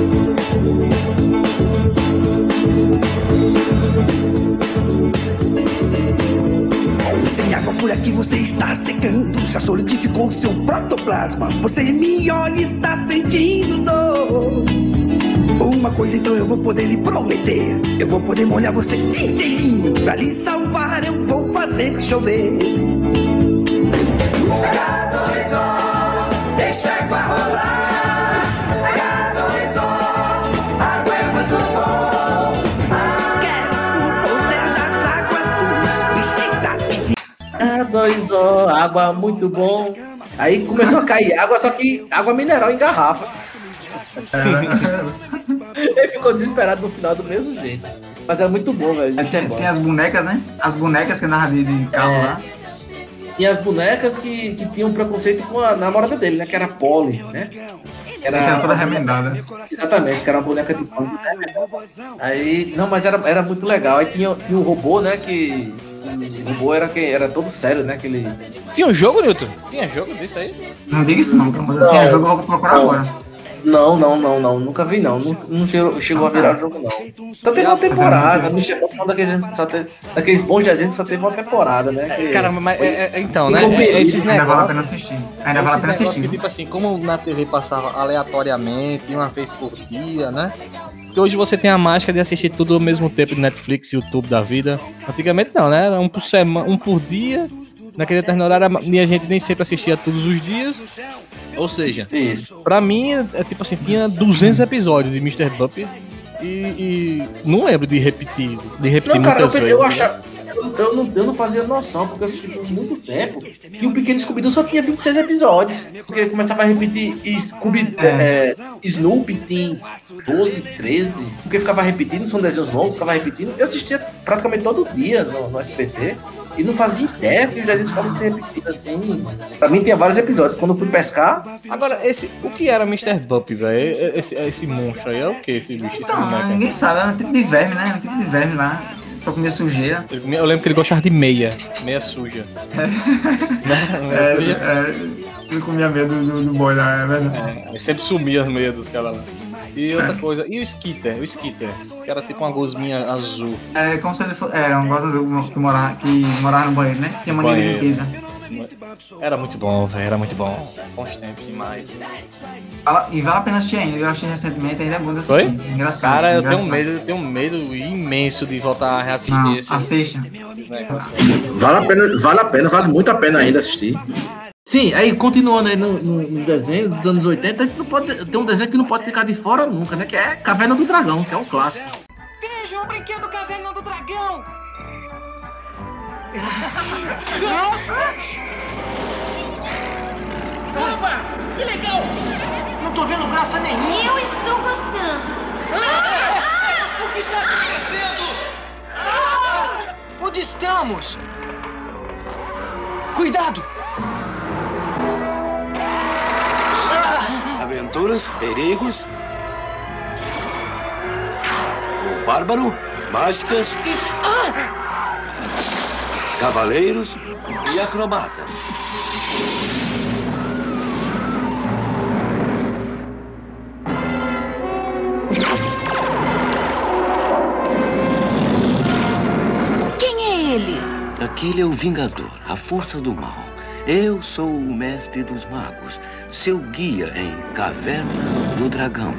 Sem água por aqui você está secando. Já solidificou seu protoplasma. Você me olha e está sentindo dor. Uma coisa então eu vou poder lhe prometer. Eu vou poder molhar você inteirinho. Pra lhe salvar eu vou fazer chover. H dois O, deixa a água rolar. H dois O, água é muito bom. Quer o poder das águas dos bichinhos da piscina. Ah, dois ó, água muito bom. Aí começou a cair água, só que água mineral em garrafa. Ele ficou desesperado no final do mesmo jeito. Mas é muito bom, velho. Aí tem, tem as bonecas, né? As bonecas que andavam de, de carro É. lá. E as bonecas que, que tinham preconceito com a namorada dele, né? Que era a Polly, né? Era, era toda remendada. Exatamente, que era uma boneca de pano. Aí, não, mas era, era muito legal. Aí tinha, tinha um robô, né? Que. O robô era, que, era todo sério, né? Aquele. Tinha um jogo, Newton? Tinha jogo disso aí? Não diga isso não, cara. Tem jogo, eu vou procurar Não. agora. Não, não, não, não. Nunca vi, não. Não, não chegou, chegou a virar jogo, não. Só teve uma temporada. Não chegou a daqueles, só teve, daqueles bons desenhos só teve uma temporada, né? Que, Cara, mas é, é, então, né? Ficou É, é esses Ainda negócios. vale a pena assistir. Ainda vale a esses pena negócios assistir. que, tipo assim, como na T V passava aleatoriamente, uma vez por dia, né? Porque hoje você tem a mágica de assistir tudo ao mesmo tempo de Netflix, YouTube da vida. Antigamente não, né? Era um por semana, um por dia. Naquele determinado horário, e a gente nem sempre assistia todos os dias. Ou seja, Isso. pra mim, é tipo assim, tinha duzentos episódios de mister Bumpy e, e não lembro de repetir, de repetir Não, cara, eu, muitas eu, vezes. achava, eu, eu, não, eu não fazia noção, porque eu assisti por muito tempo, que o Pequeno Scooby-Doo só tinha vinte e seis episódios. Porque começava a repetir Scooby, é. É, Snoopy tem doze, treze, porque ficava repetindo, são desenhos longos, ficava repetindo. Eu assistia praticamente todo dia no, no S B T. E não fazia ideia que os desenhos ficavam se repetindo assim. Pra mim tinha vários episódios. Quando eu fui pescar. Agora, esse, o que era mister Bumpy, velho? Esse, esse monstro aí é o que, esse bicho? Esse Não, boneco? ninguém sabe. Era um tipo de verme, né? Era um tipo de verme lá. Só comia sujeira. Ele- Eu lembro que ele gostava de meia, meia suja. Né? Meia É, suja. é, eu comia medo do, do, do boi lá, é verdade. É, ele sempre sumia as meias dos caras lá. E outra coisa, e o Skitter? O Skitter, que era tipo uma gosminha azul. É como se ele fosse. Era um gosto azul que morava, que morava no banheiro, né? Tinha mania de Banheiro. limpeza. Era muito bom, velho, era muito bom. Bons tempos demais. Fala- E vale a pena assistir ainda. Eu achei recentemente, ainda é bom de Foi? assistir. Engraçado. Cara, eu engraçado. tenho medo, eu tenho um medo imenso de voltar a reassistir Não, esse assista. negócio. Vale a pena, vale a pena, vale muito a pena ainda assistir. Sim, aí continuando aí no, no, no desenho dos anos oitenta, a gente não pode, tem um desenho que não pode ficar de fora nunca, né? Que é Caverna do Dragão, que é um clássico. Veja o brinquedo Caverna do Dragão! Opa! Que legal! Não tô vendo graça nenhuma! Eu estou gostando. Ah! O que está acontecendo? Ah! Onde estamos? Cuidado! Aventuras, perigos, o bárbaro, mágicas, cavaleiros e acrobata. Quem é ele? Aquele é o Vingador, a força do mal. Eu sou o mestre dos magos, seu guia em Caverna do Dragão.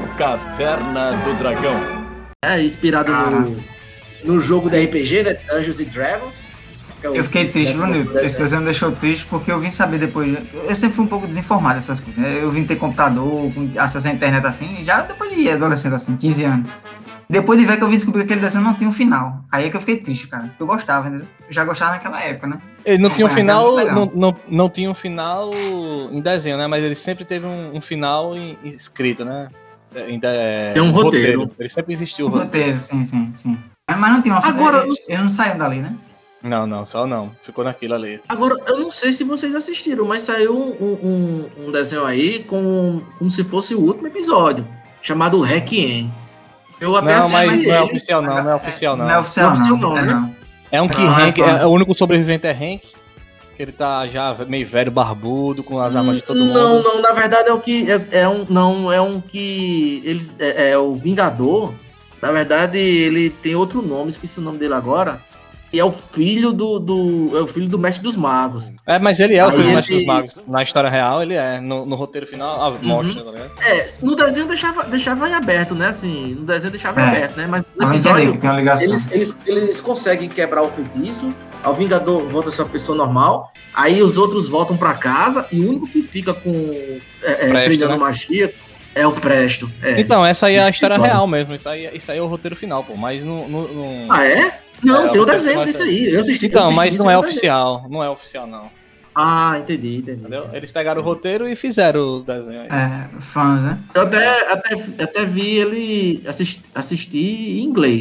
Caverna do Dragão. É inspirado no, no jogo da R P G, né? Dungeons and Dragons. que é o- Eu fiquei triste, viu, Nilton? Esse desenho. desenho me deixou triste porque eu vim saber depois. Eu sempre fui um pouco desinformado dessas coisas, né? Eu vim ter computador, com acesso à internet assim, já depois de adolescente, assim, quinze anos. Depois de ver que eu vim descobrir que aquele desenho não tinha um final. Aí é que eu fiquei triste, cara. Porque eu gostava, entendeu? Eu já gostava naquela época, né? Ele não tinha um Foi final, legal. não, não, não tinha um final em desenho, né? Mas ele sempre teve um, um final em, em escrito, né? Ainda é, Tem um roteiro. Ele sempre existiu o O roteiro. roteiro, sim, sim, sim. Mas não tinha uma Agora, ele, ele não saiu dali, né? Não, não, só não. Ficou naquilo ali. Agora, eu não sei se vocês assistiram, mas saiu um, um, um desenho aí com, como se fosse o último episódio, chamado Requiem. Eu até Não, mas assisti não é ele. oficial não, não é oficial não. Não é oficial, Não é oficial, não. não, é, né? não. É um que Ah, Hank, é, é, o único sobrevivente é Hank, que ele tá já meio velho, barbudo, com as armas de todo mundo. Não, não, na verdade é o que é, é um não é um que ele é, é o Vingador. Na verdade ele tem outro nome, esqueci o nome dele agora. E é o filho do, do é o filho do mestre dos magos. É, mas ele é o Aí filho do mestre ele- dos magos. Na história real, ele é. No, no roteiro final, a morte, Uhum. né? É, no desenho deixava deixava em aberto, né? Assim, no desenho deixava em É. aberto, né? Mas no Eu entendi episódio que tem uma ligação. eles, eles, eles conseguem quebrar o feitiço. O Vingador volta a ser uma pessoa normal. Aí os outros voltam pra casa e o único que fica com é, é, Presto, brilhando né? magia é o Presto. É. Então, essa aí é a Esse história episódio. real mesmo. Isso aí, isso aí é o roteiro final, pô. Mas não. não, não- Ah, é? Não, É, tem o o desenho personagem- disso aí. Eu assisti. eu Então, assisti mas isso não é no desenho. oficial. Não é oficial, não. Ah, entendi, entendi. Entendeu? Eles pegaram o roteiro e fizeram o desenho aí. É, fãs, né? Eu até, até, até vi ele assist, assistir em inglês.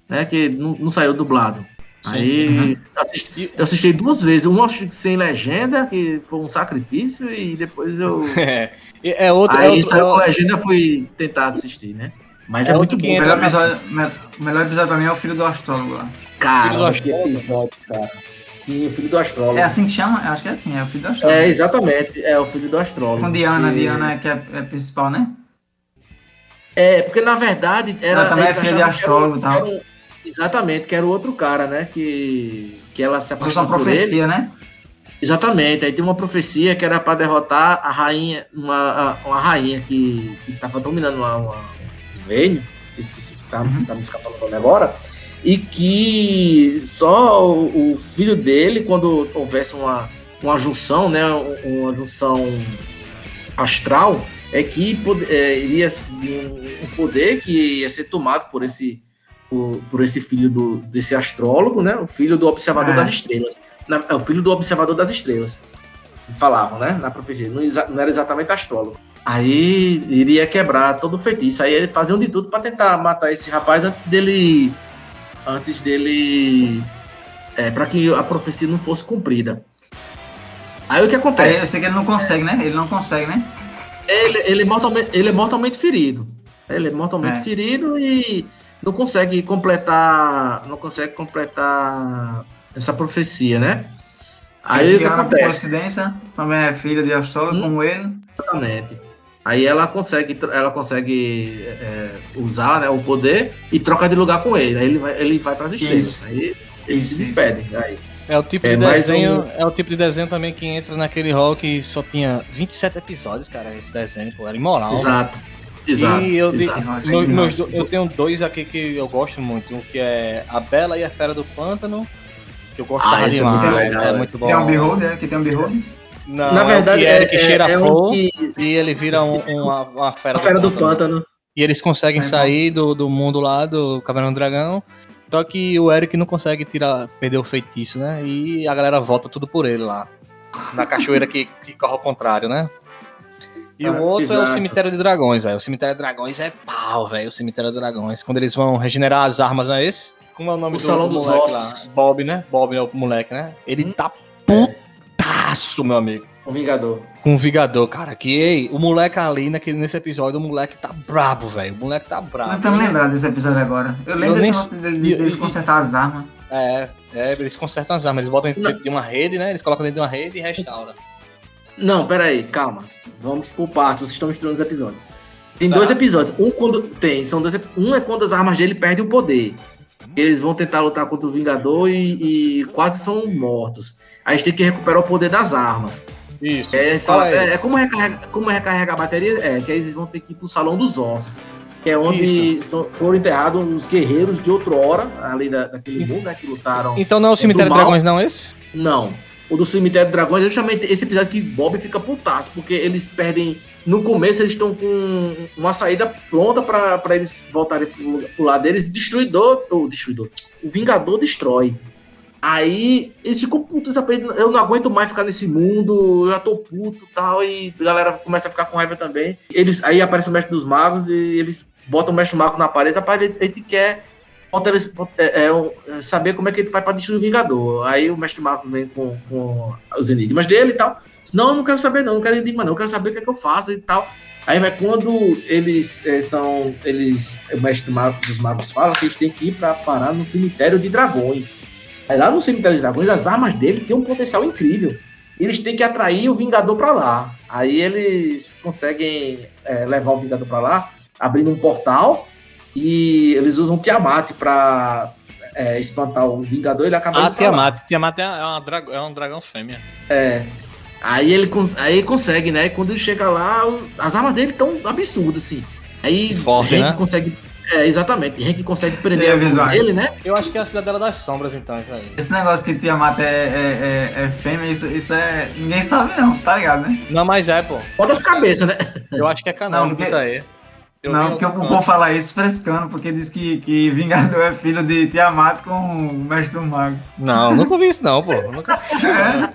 né? Que não, não saiu dublado. Sim. Aí Uhum. assisti, eu assisti duas vezes, uma sem legenda, que foi um sacrifício, e depois eu. É, é outro. Aí é outro, saiu é com outro- legenda, fui tentar assistir, né? Mas é, É muito outro bom. O quinhentos. melhor episódio, o melhor episódio pra mim é o filho do astrólogo lá. Cara, Filho do que astrólogo. episódio, cara. Sim, o filho do astrólogo. É assim que chama? Eu acho que é assim, é o filho do astrólogo. É, exatamente, é o filho do astrólogo. Com Diana, E- Diana é que é, é a principal, né? É, porque na verdade era. Ela também é eles filha de achavam que era o- astrólogo e tal. que era o- Exatamente, que era o outro cara, né? Que, que ela se Foi apaixonou uma por profecia, ele. né? Exatamente, aí tem uma profecia que era para derrotar a rainha, uma, a- uma rainha que, que tava dominando uma, uma, um reino, esqueci, tá, tá me escapando o nome agora, e que só o, o filho dele, quando houvesse uma, uma junção, né? Uma junção astral, é que pode- é, iria vir um, um poder que ia ser tomado por esse, por, por esse filho do, desse astrólogo, né? O filho do observador É. das estrelas. Na- é o filho do observador das estrelas. Falavam, né? Na profecia. Não, exa- não era exatamente astrólogo. Aí iria quebrar todo o feitiço. Aí eles faziam de tudo para tentar matar esse rapaz antes dele. Antes dele. É, para que a profecia não fosse cumprida. Aí o que Aí acontece? eu sei que ele não consegue, né? Ele não consegue, né? Ele, ele, é mortalmente, ele é mortalmente ferido. Ele é mortalmente É. ferido e não consegue completar. Não consegue completar essa profecia, né? Aí o que Diana, por acontece? coincidência, também é filha de astrólogo, Hum. como ele. Exatamente. Aí ela consegue, ela consegue é, usar, né, o poder e troca de lugar com ele. Aí ele vai, ele vai para as estrelas. Isso. Aí eles Isso, se despedem. Aí. É o tipo É de mais desenho, um- é o tipo de desenho também que entra naquele rol que só tinha vinte e sete episódios, cara, esse desenho, pô, era imoral. Exato. Exato. E eu, de- exato. meus- meus do- eu tenho dois aqui que eu gosto muito, um que é A Bela e a Fera do Pântano, que eu gosto Ah, esse é muito demais, legal, é é. muito bom. Tem um Beholder, né? Que tem um Beholder. Não, Na verdade, é o que Eric é- cheira é um flor que- e ele vira um- uma, uma fera, A Fera do pântano. Pântano. E eles conseguem É bom. sair do, do mundo lá, do Caverna do Dragão. Só que o Eric não consegue tirar, perder o feitiço, né? E a galera volta tudo por ele lá. Na cachoeira que, que corre ao contrário, né? E Ah, o outro é o exato. Cemitério de Dragões, velho. O Cemitério de Dragões é pau, velho. O Cemitério de Dragões. Quando eles vão regenerar as armas, não é esse? Como é o nome O do, Salão do dos moleque Ossos. lá? Bob, né? Bob é o moleque, né? Ele Hum. tá putaço, meu amigo. O Vingador. Com o Vingador, cara. Que ei, o moleque ali naquele, nesse episódio, o moleque tá brabo, velho. O moleque tá brabo. Tô tentando lembrar desse episódio agora. Eu lembro Eu desse nem- negócio dele- eu- deles eu- consertar as armas. É, é, eles consertam as armas, eles botam dentro de uma rede, né? Eles colocam dentro de uma rede e restauram. Não, peraí, calma. Vamos por partes, vocês estão misturando os episódios. Tem Tá. dois episódios. Um quando. Tem, são dois. ep- Um é quando as armas dele perdem o poder. Eles vão tentar lutar contra o Vingador e, e quase são mortos. Aí eles têm que recuperar o poder das armas. Isso. É, Fala fala, é, isso. é como, recarrega, como recarregar a bateria, é que aí eles vão ter que ir pro Salão dos Ossos. Que é onde são- foram enterrados os guerreiros de outrora, além da, daquele mundo, né? Que lutaram. Então não é o Cemitério de do mal. Dragões, não, esse? Não. O do Cemitério de Dragões é justamente esse episódio que Bob fica putaço, porque eles perdem. No começo, eles estão com uma saída pronta pra pra eles voltarem pro, pro lado deles. Destruidor. O Destruidor. O Vingador destrói. Aí eles ficam putos. Eu não aguento mais ficar nesse mundo. Eu já tô puto e tal. E a galera começa a ficar com raiva também. Eles, aí aparece o Mestre dos Magos e eles botam o Mestre Mago na parede. Rapaz, ele, ele quer. Bota eles- é, é, saber como é que ele faz pra destruir o Vingador. Aí o Mestre Mago vem com, com os enigmas dele e tal. Não, eu não quero saber não, não quero enigma não, eu quero saber o que é que eu faço e tal. Aí vai quando eles é, são, eles, o Mestre Mago, dos Magos fala que eles têm que ir pra parar no Cemitério de Dragões. Aí lá no Cemitério de Dragões, as armas dele têm um potencial incrível. Eles têm que atrair o Vingador pra lá. Aí eles conseguem é, levar o Vingador pra lá, abrindo um portal. E eles usam Tiamat pra é, espantar o Vingador e ele acaba Ah, indo pra lá. Tiamat. Tiamat é, uma dra- é um dragão fêmea. É. Aí ele cons- aí consegue, né? Quando ele chega lá, o- as armas dele estão absurdas, assim. Aí Forte, Hank né? consegue. É, exatamente. Hank consegue prender É, as mãos visual. dele, né? Eu acho que é a Cidadela das Sombras, então, isso aí. Esse negócio que Tiamat é, é, é, é fêmea, isso, isso é. Ninguém sabe não, tá ligado, né? Não, mas é, pô. Bota as cabeças, né? Eu acho que é canônico Não, porque- isso aí. Eu não, vi porque o algum povo canto. fala isso frescando, porque diz que, que Vingador é filho de Tiamat com o Mestre do Mago. Não, nunca ouvi isso não, pô. Nunca vi isso não.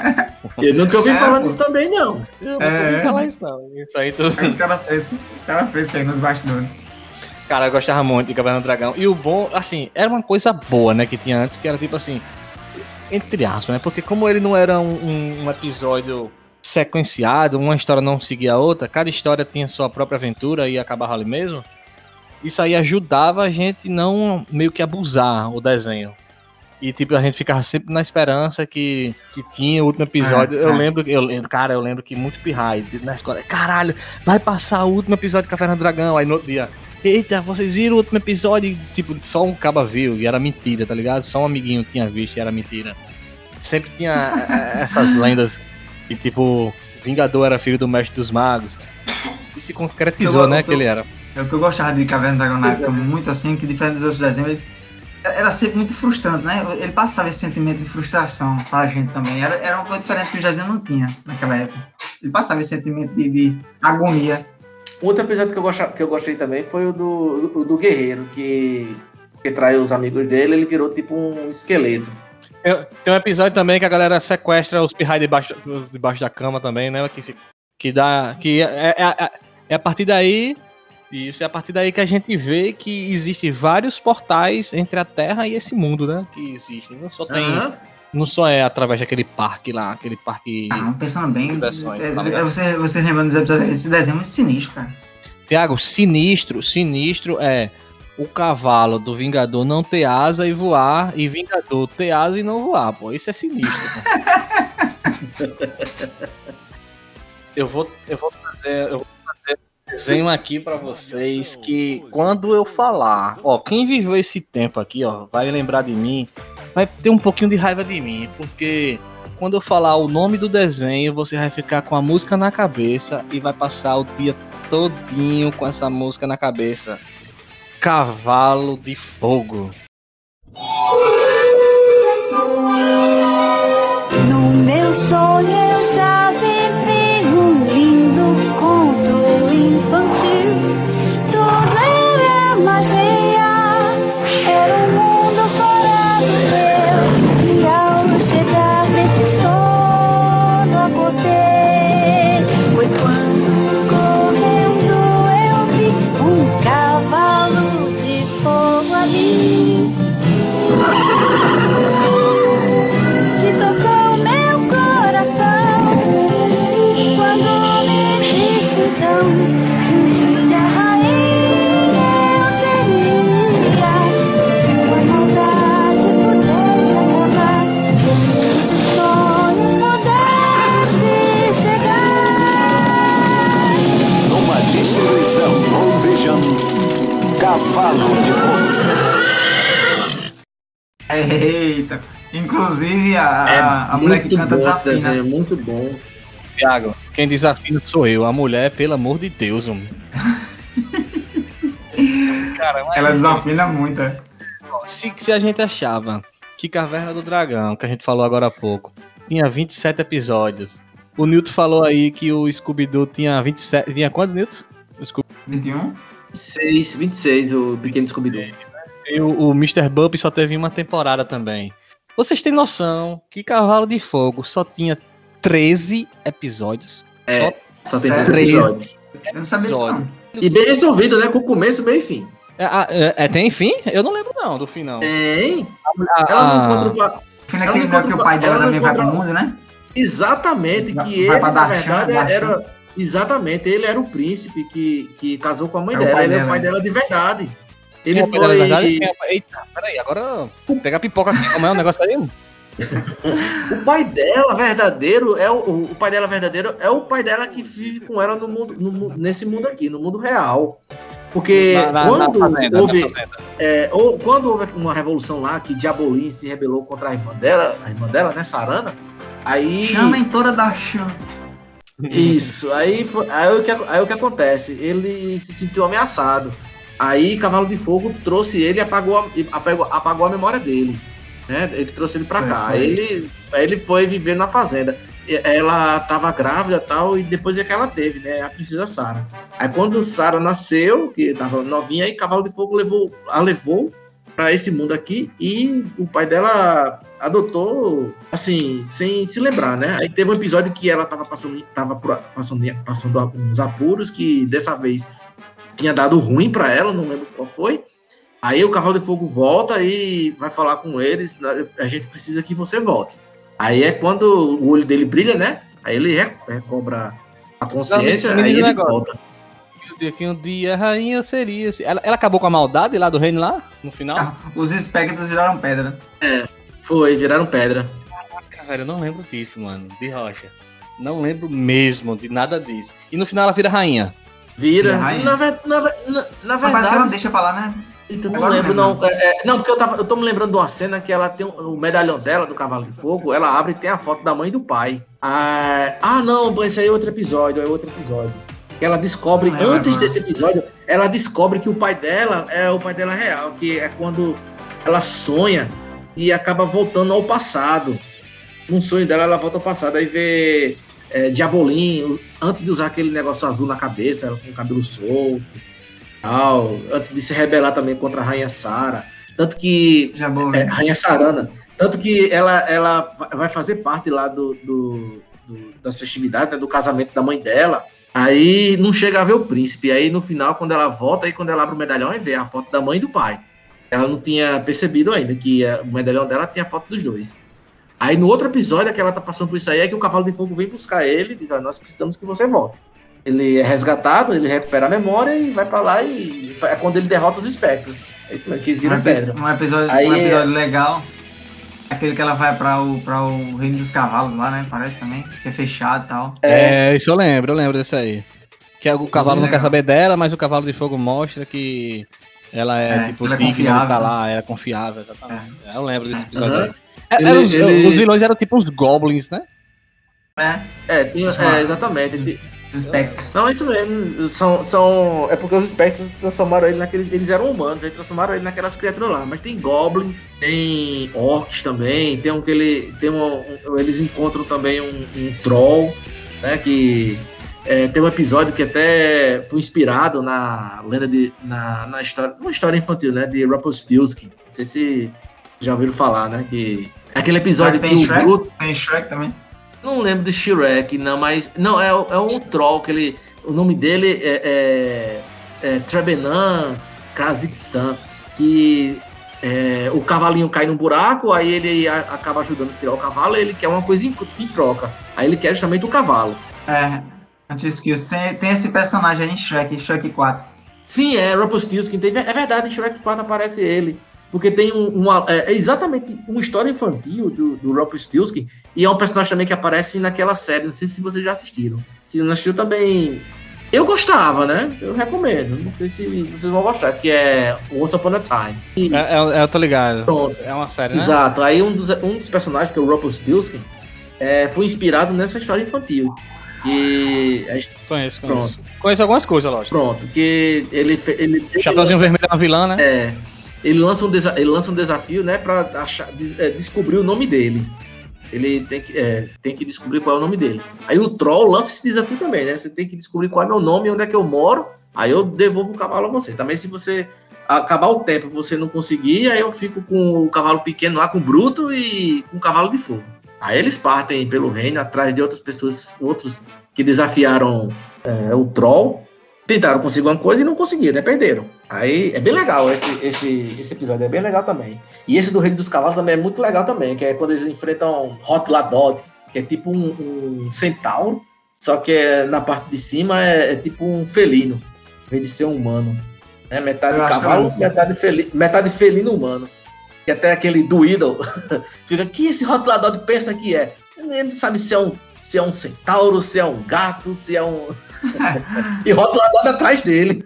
Eu nunca ouvi É, falar pô. disso também, não. Eu nunca É. ouvi falar isso não. Isso aí tu... Esse cara fez, esse cara fez que aí nos bastidores. Cara, eu gostava muito de Caverna do Dragão. E o bom, assim, era uma coisa boa, né, que tinha antes, que era tipo assim, entre aspas, né? Porque como ele não era um, um, um episódio sequenciado, uma história não seguia a outra, cada história tinha sua própria aventura e acabava ali mesmo. Isso aí ajudava a gente não meio que abusar o desenho. E tipo, a gente ficava sempre na esperança que, que tinha o último episódio. É, eu é. lembro, eu lembro, cara, eu lembro que muito pirrai na escola. Caralho, vai passar o último episódio de Caverna do Dragão. Aí no outro dia, eita, vocês viram o último episódio? E, tipo, só um caba viu e era mentira, tá ligado? Só um amiguinho tinha visto e era mentira. Sempre tinha é, essas lendas que tipo, Vingador era filho do Mestre dos Magos. E se concretizou, Eu- né, eu- que ele era. É o que eu gostava de Caverna do Dragão na época, muito assim, que diferente dos outros desenhos, ele era sempre muito frustrante, né? Ele passava esse sentimento de frustração pra gente também. Era, era uma coisa diferente que o desenho não tinha naquela época. Ele passava esse sentimento de, de agonia. Outro episódio que eu, gostava, que eu gostei também foi o do, do, do Guerreiro, que, que traiu os amigos dele, ele virou tipo um esqueleto. Eu- tem um episódio também que a galera sequestra os pirrais debaixo, debaixo da cama também, né? Que, fica- que dá. Que é, é, é, é a partir daí. Isso é a partir daí que a gente vê que existem vários portais entre a Terra e esse mundo, né? Que existem. Não só tem. Aham. Não só é através daquele parque lá, aquele parque. Ah, pensando bem, diversões, é, tá é, ligado? você, você lembrando dos episódios, esse desenho é muito sinistro, cara. Tiago, sinistro, sinistro é o cavalo do Vingador não ter asa e voar, e Vingador ter asa e não voar, pô. Isso é sinistro, pô. eu vou, eu vou fazer, eu vou fazer um desenho aqui pra vocês que quando eu falar, ó, quem viveu esse tempo aqui, ó, vai lembrar de mim, vai ter um pouquinho de raiva de mim, porque quando eu falar o nome do desenho, você vai ficar com a música na cabeça e vai passar o dia todinho com essa música na cabeça. Cavalo de Fogo. No meu sonho eu já vivi um lindo conto infantil. Tudo era magia, era um mundo fora do meu. E ao chegar nesse sono acordei, foi quando correndo eu vi um cavalo de fogo ali. Que tocou meu coração quando me disse então que um dia rainha eu seria. Se tua maldade pudesse acabar, e o mundo dos sonhos pudesse chegar. Numa distribuição ou vejam Cavalo de Fogo. Eita, inclusive a, a, a mulher que muito canta bom esse desafina. desenho, muito bom. Tiago, quem desafina sou eu. A mulher, pelo amor de Deus, homem. Cara, mas- Ela desafina muito, é. Se, se a gente achava que Caverna do Dragão, que a gente falou agora há pouco, tinha vinte e sete episódios. O Newton falou aí que o Scooby-Doo tinha vinte e sete. Tinha quantos, Newton? O Scooby- vinte e um? seis, vinte e seis, o pequeno Scooby-Doo. E o, o mister Bump só teve uma temporada também. Vocês têm noção que Cavalo de Fogo só tinha treze episódios? É, só tem Sério? treze episódios. Eu não sabia disso, não. E bem resolvido, né? Com começo, meio e fim. É, é, é, tem fim? Eu não lembro não do fim, não. Tem. A- Ela não a- encontra o pa- Foi ela naquele não lugar que encontra o pai dela ela também não vai pro encontra- mundo, né? Exatamente, Vai- que vai ele, pra na Dachan, verdade, Dachan. era... Exatamente, ele era o príncipe que, que casou com a mãe É o dela. pai Ele é dela. o pai dela de verdade. Ele Quem é o pai dela, foi... na verdade? Quem é o pai- Eita, peraí, agora vou pegar pipoca aqui. Como é o negócio aí? O pai dela verdadeiro é o, o pai dela verdadeiro é o pai dela que vive com ela no mundo, no mu- nesse mundo aqui, no mundo real. Porque Na- na- quando, na fazenda, houve, na fazenda. é, ou, quando houve uma revolução lá que Diabolim se rebelou contra a irmã dela, a irmã dela, né, Sarana, aí Chamem toda da chama. isso, aí, foi- aí, o que, aí o que acontece? Ele se sentiu ameaçado. Aí Cavalo de Fogo trouxe ele e apagou a, e apagou, apagou a memória dele. Né? Ele trouxe ele pra Foi, cá. foi. Aí ele, aí ele foi viver na fazenda. E ela tava grávida e tal, e depois é que ela teve, né? A princesa Sara. Aí quando Sara nasceu, que tava novinha, aí Cavalo de Fogo levou, a levou pra esse mundo aqui e o pai dela adotou, assim, sem se lembrar, né? Aí teve um episódio que ela tava passando, tava por- passando, passando uns apuros, que dessa vez tinha dado ruim pra ela, não lembro qual foi. Aí o Cavalo de Fogo volta e vai falar com eles, a gente precisa que você volte. Aí é quando o olho dele brilha, né? Aí ele recobra a consciência, não, aí ele negócio. volta. Que um dia a rainha seria... Ela, ela acabou com a maldade lá do reino lá, no final? Ah, os espectros viraram pedra. É, foi, viraram pedra. Caraca, velho, eu não lembro disso, mano, de Rocha. Não lembro mesmo de nada disso. E no final ela vira rainha. Vira. Vira rainha. Na, ver- na, ver- na, na Rapaz, verdade... ela não deixa falar, né? Então, não Agora lembro, não. não. É, é, não, porque eu, tava, eu tô me lembrando de uma cena que ela tem um- o medalhão dela, do Cavalo de Fogo, ela abre e tem a foto da mãe e do pai. Ah, ah não, pô, esse aí é outro episódio, é outro episódio. Que ela descobre, Não lembro, antes não. desse episódio, ela descobre que o pai dela é o pai dela real, que é quando ela sonha e acaba voltando ao passado. Num sonho dela, ela volta ao passado, aí vê é, Diabolim, antes de usar aquele negócio azul na cabeça, ela com o cabelo solto. Tal, antes de se rebelar também contra a Rainha Sara, tanto que é, Rainha Sarana, tanto que ela, ela vai fazer parte lá do, do, do das festividades, né, do casamento da mãe dela. Aí não chega a ver o príncipe. Aí no final, quando ela volta, aí quando ela abre o medalhão, aí vê a foto da mãe e do pai. Ela não tinha percebido ainda que o medalhão dela tinha a foto dos dois. Aí no outro episódio que ela tá passando por isso aí, é que o Cavalo de Fogo vem buscar ele e diz: ah, nós precisamos que você volte. Ele é resgatado, ele recupera a memória e vai pra lá, e é quando ele derrota os espectros. É isso mesmo, que eles viram um, pedra. Um episódio, Aí, um episódio legal, aquele que ela vai pra o, pra o Reino dos Cavalos lá, né? Parece também, que é fechado e tal. É, isso eu lembro, eu lembro desse aí. Que o cavalo não legal. quer saber dela, mas o Cavalo de Fogo mostra que ela é, É, tipo, ela é digna de confiável, tá né? lá, era confiável, exatamente. É, eu lembro desse episódio Uhum. aí. É, Ele- eram os, ele- os vilões eram tipo uns goblins, né? É, É, tinha, é exatamente. Os espectros. Não, isso mesmo. São, são, é porque os espectros transformaram ele naqueles. Eles eram humanos, aí transformaram ele naquelas criaturas lá. Mas tem goblins, tem orcs também, tem um que ele. Tem um, um- eles encontram também um, um troll, né? Que é, tem um episódio que até foi inspirado na lenda de. Na, na história. Uma história infantil, né? De Rumpelstiltskin. Não sei se já ouviram falar, né? Que. Aquele episódio tem que o Shrek, Groot. tem Shrek também. Não lembro de Shrek, não, mas. Não, é, é um troll que ele. O nome dele é, é, é Trebenan Kazakhstan. Que é, o cavalinho cai num buraco, aí ele a- acaba ajudando a tirar o cavalo, e ele quer uma coisa em, em troca. Aí ele quer justamente o cavalo. É, Anti-Skills. Tem, tem esse personagem aí em Shrek, Shrek quatro. Sim, é Rumpelstiltskin. Tem, é verdade, em Shrek quatro aparece ele. Porque tem um, uma, é, é exatamente uma história infantil do, do Rumpelstiltskin, e é um personagem também que aparece naquela série. Não sei se vocês já assistiram. Se não assistiu também. Eu gostava, né? Eu recomendo. Não sei se vocês vão gostar, que é Once Upon a Time. E- É, é, eu tô ligado. Pronto. É uma série, né? Exato. Aí um dos, um dos personagens, que é o Rumpelstiltskin, é, foi inspirado nessa história infantil. Que. a his- Conheço, Pronto. conheço. Conheço algumas coisas, lógico. Pronto, que ele. fe- ele Chapeuzinho ele lança- Vermelho é uma vilã, né? É. Ele lança um, desa- ele lança um desafio, né, pra achar, des- é, descobrir o nome dele. Ele tem que, é, tem que descobrir qual é o nome dele. Aí o Troll lança esse desafio também, né? Você tem que descobrir qual é meu nome e onde é que eu moro. Aí eu devolvo o cavalo a você. Também, se você acabar o tempo e você não conseguir, aí eu fico com o cavalo pequeno lá, com o Bruto, e com o cavalo de fogo. Aí eles partem pelo reino atrás de outras pessoas, outros que desafiaram é, o Troll. Tentaram conseguir uma coisa e não conseguiram, né? Perderam. Aí é bem legal esse, esse, esse episódio, é bem legal também. E esse do Reino dos Cavalos também é muito legal também, que é quando eles enfrentam Hot Ladod, que é tipo um, um centauro, só que é, na parte de cima é, é tipo um felino, em vez de ser um humano. É metade Eu acho cavalo, que é metade, feli, metade felino humano. Que até aquele do Idol fica, que esse Hot Ladod pensa que é? Ele não sabe se é um, se é um centauro, se é um gato, se é um... e Hot Ladod atrás dele.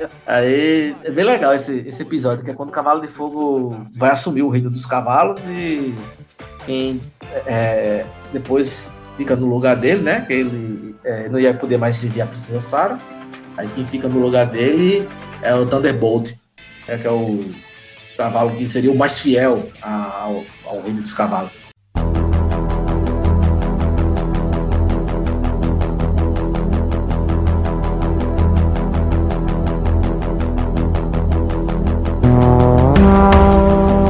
Aí é bem legal esse, esse episódio, que é quando o Cavalo de Fogo vai assumir o reino dos cavalos e quem é, depois fica no lugar dele, né? Que ele é, não ia poder mais servir a Princesa Sarah. Aí quem fica no lugar dele é o Thunderbolt, né, que é o cavalo que seria o mais fiel ao, ao reino dos cavalos.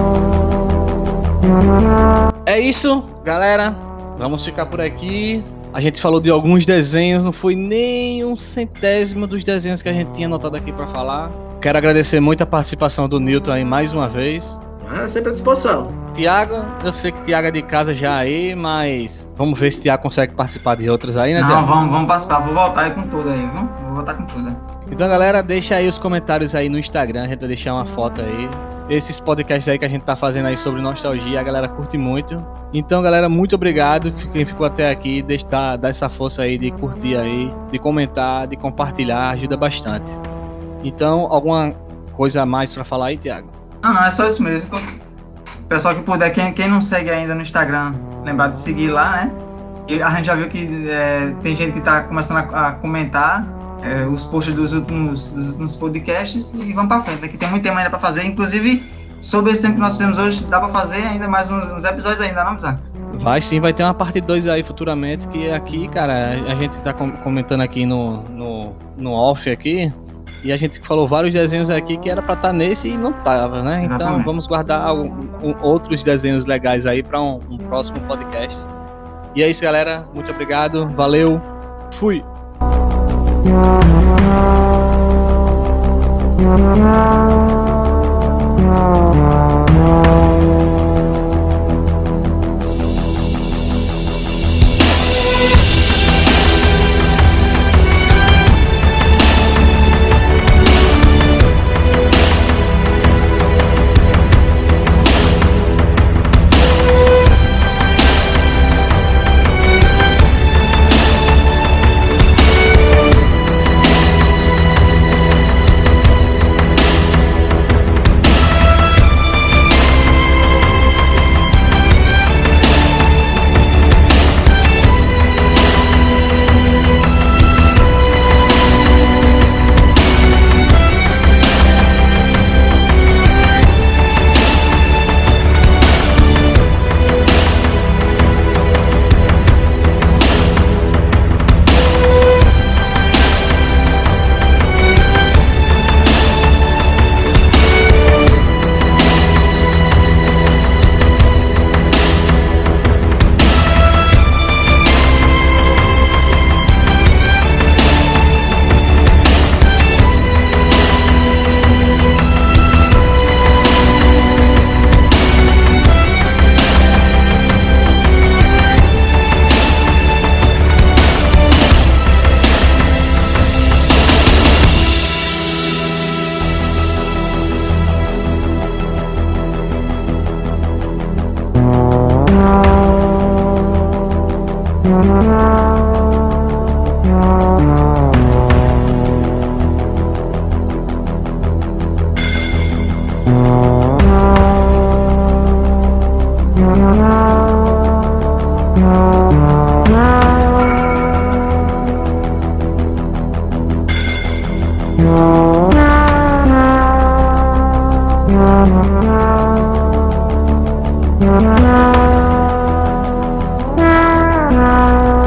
É isso, galera. Vamos ficar por aqui. A gente falou de alguns desenhos, não foi nem um centésimo dos desenhos que a gente tinha anotado aqui para falar. Quero agradecer muito a participação do Newton aí mais uma vez. Ah, sempre à disposição. Tiago, eu sei que Tiago é de casa já aí, mas vamos ver se Tiago consegue participar de outras aí, né, Não, Tiago? vamos, vamos participar, vou voltar aí com tudo aí, viu? Vou voltar com tudo. Então, galera, deixa aí os comentários aí no Instagram, a gente vai deixar uma foto aí. Esses podcasts aí que a gente tá fazendo aí sobre nostalgia, a galera curte muito. Então, galera, muito obrigado. Quem ficou até aqui, deixa, dá, dá essa força aí de curtir aí, de comentar, de compartilhar, ajuda bastante. Então, alguma coisa a mais pra falar aí, Tiago? Não, não, é só isso mesmo. Pessoal que puder, quem, quem não segue ainda no Instagram, lembrar de seguir lá, né? E a gente já viu que é, tem gente que tá começando a, a comentar é, os posts dos últimos, dos últimos podcasts e vamos pra frente, que tem muito tema ainda pra fazer, inclusive sobre esse tempo que nós fizemos hoje, dá pra fazer ainda mais uns, uns episódios ainda, não, Bizarro? Vai sim, vai ter uma parte dois aí futuramente, que aqui, cara, a gente tá com, comentando aqui no, no, no off aqui, e a gente falou vários desenhos aqui que era pra estar nesse e não tava, né? Então Exatamente. vamos guardar algum, um, outros desenhos legais aí pra um, um próximo podcast. E é isso, galera, muito obrigado, valeu, fui!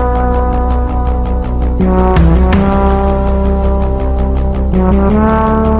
Yeah.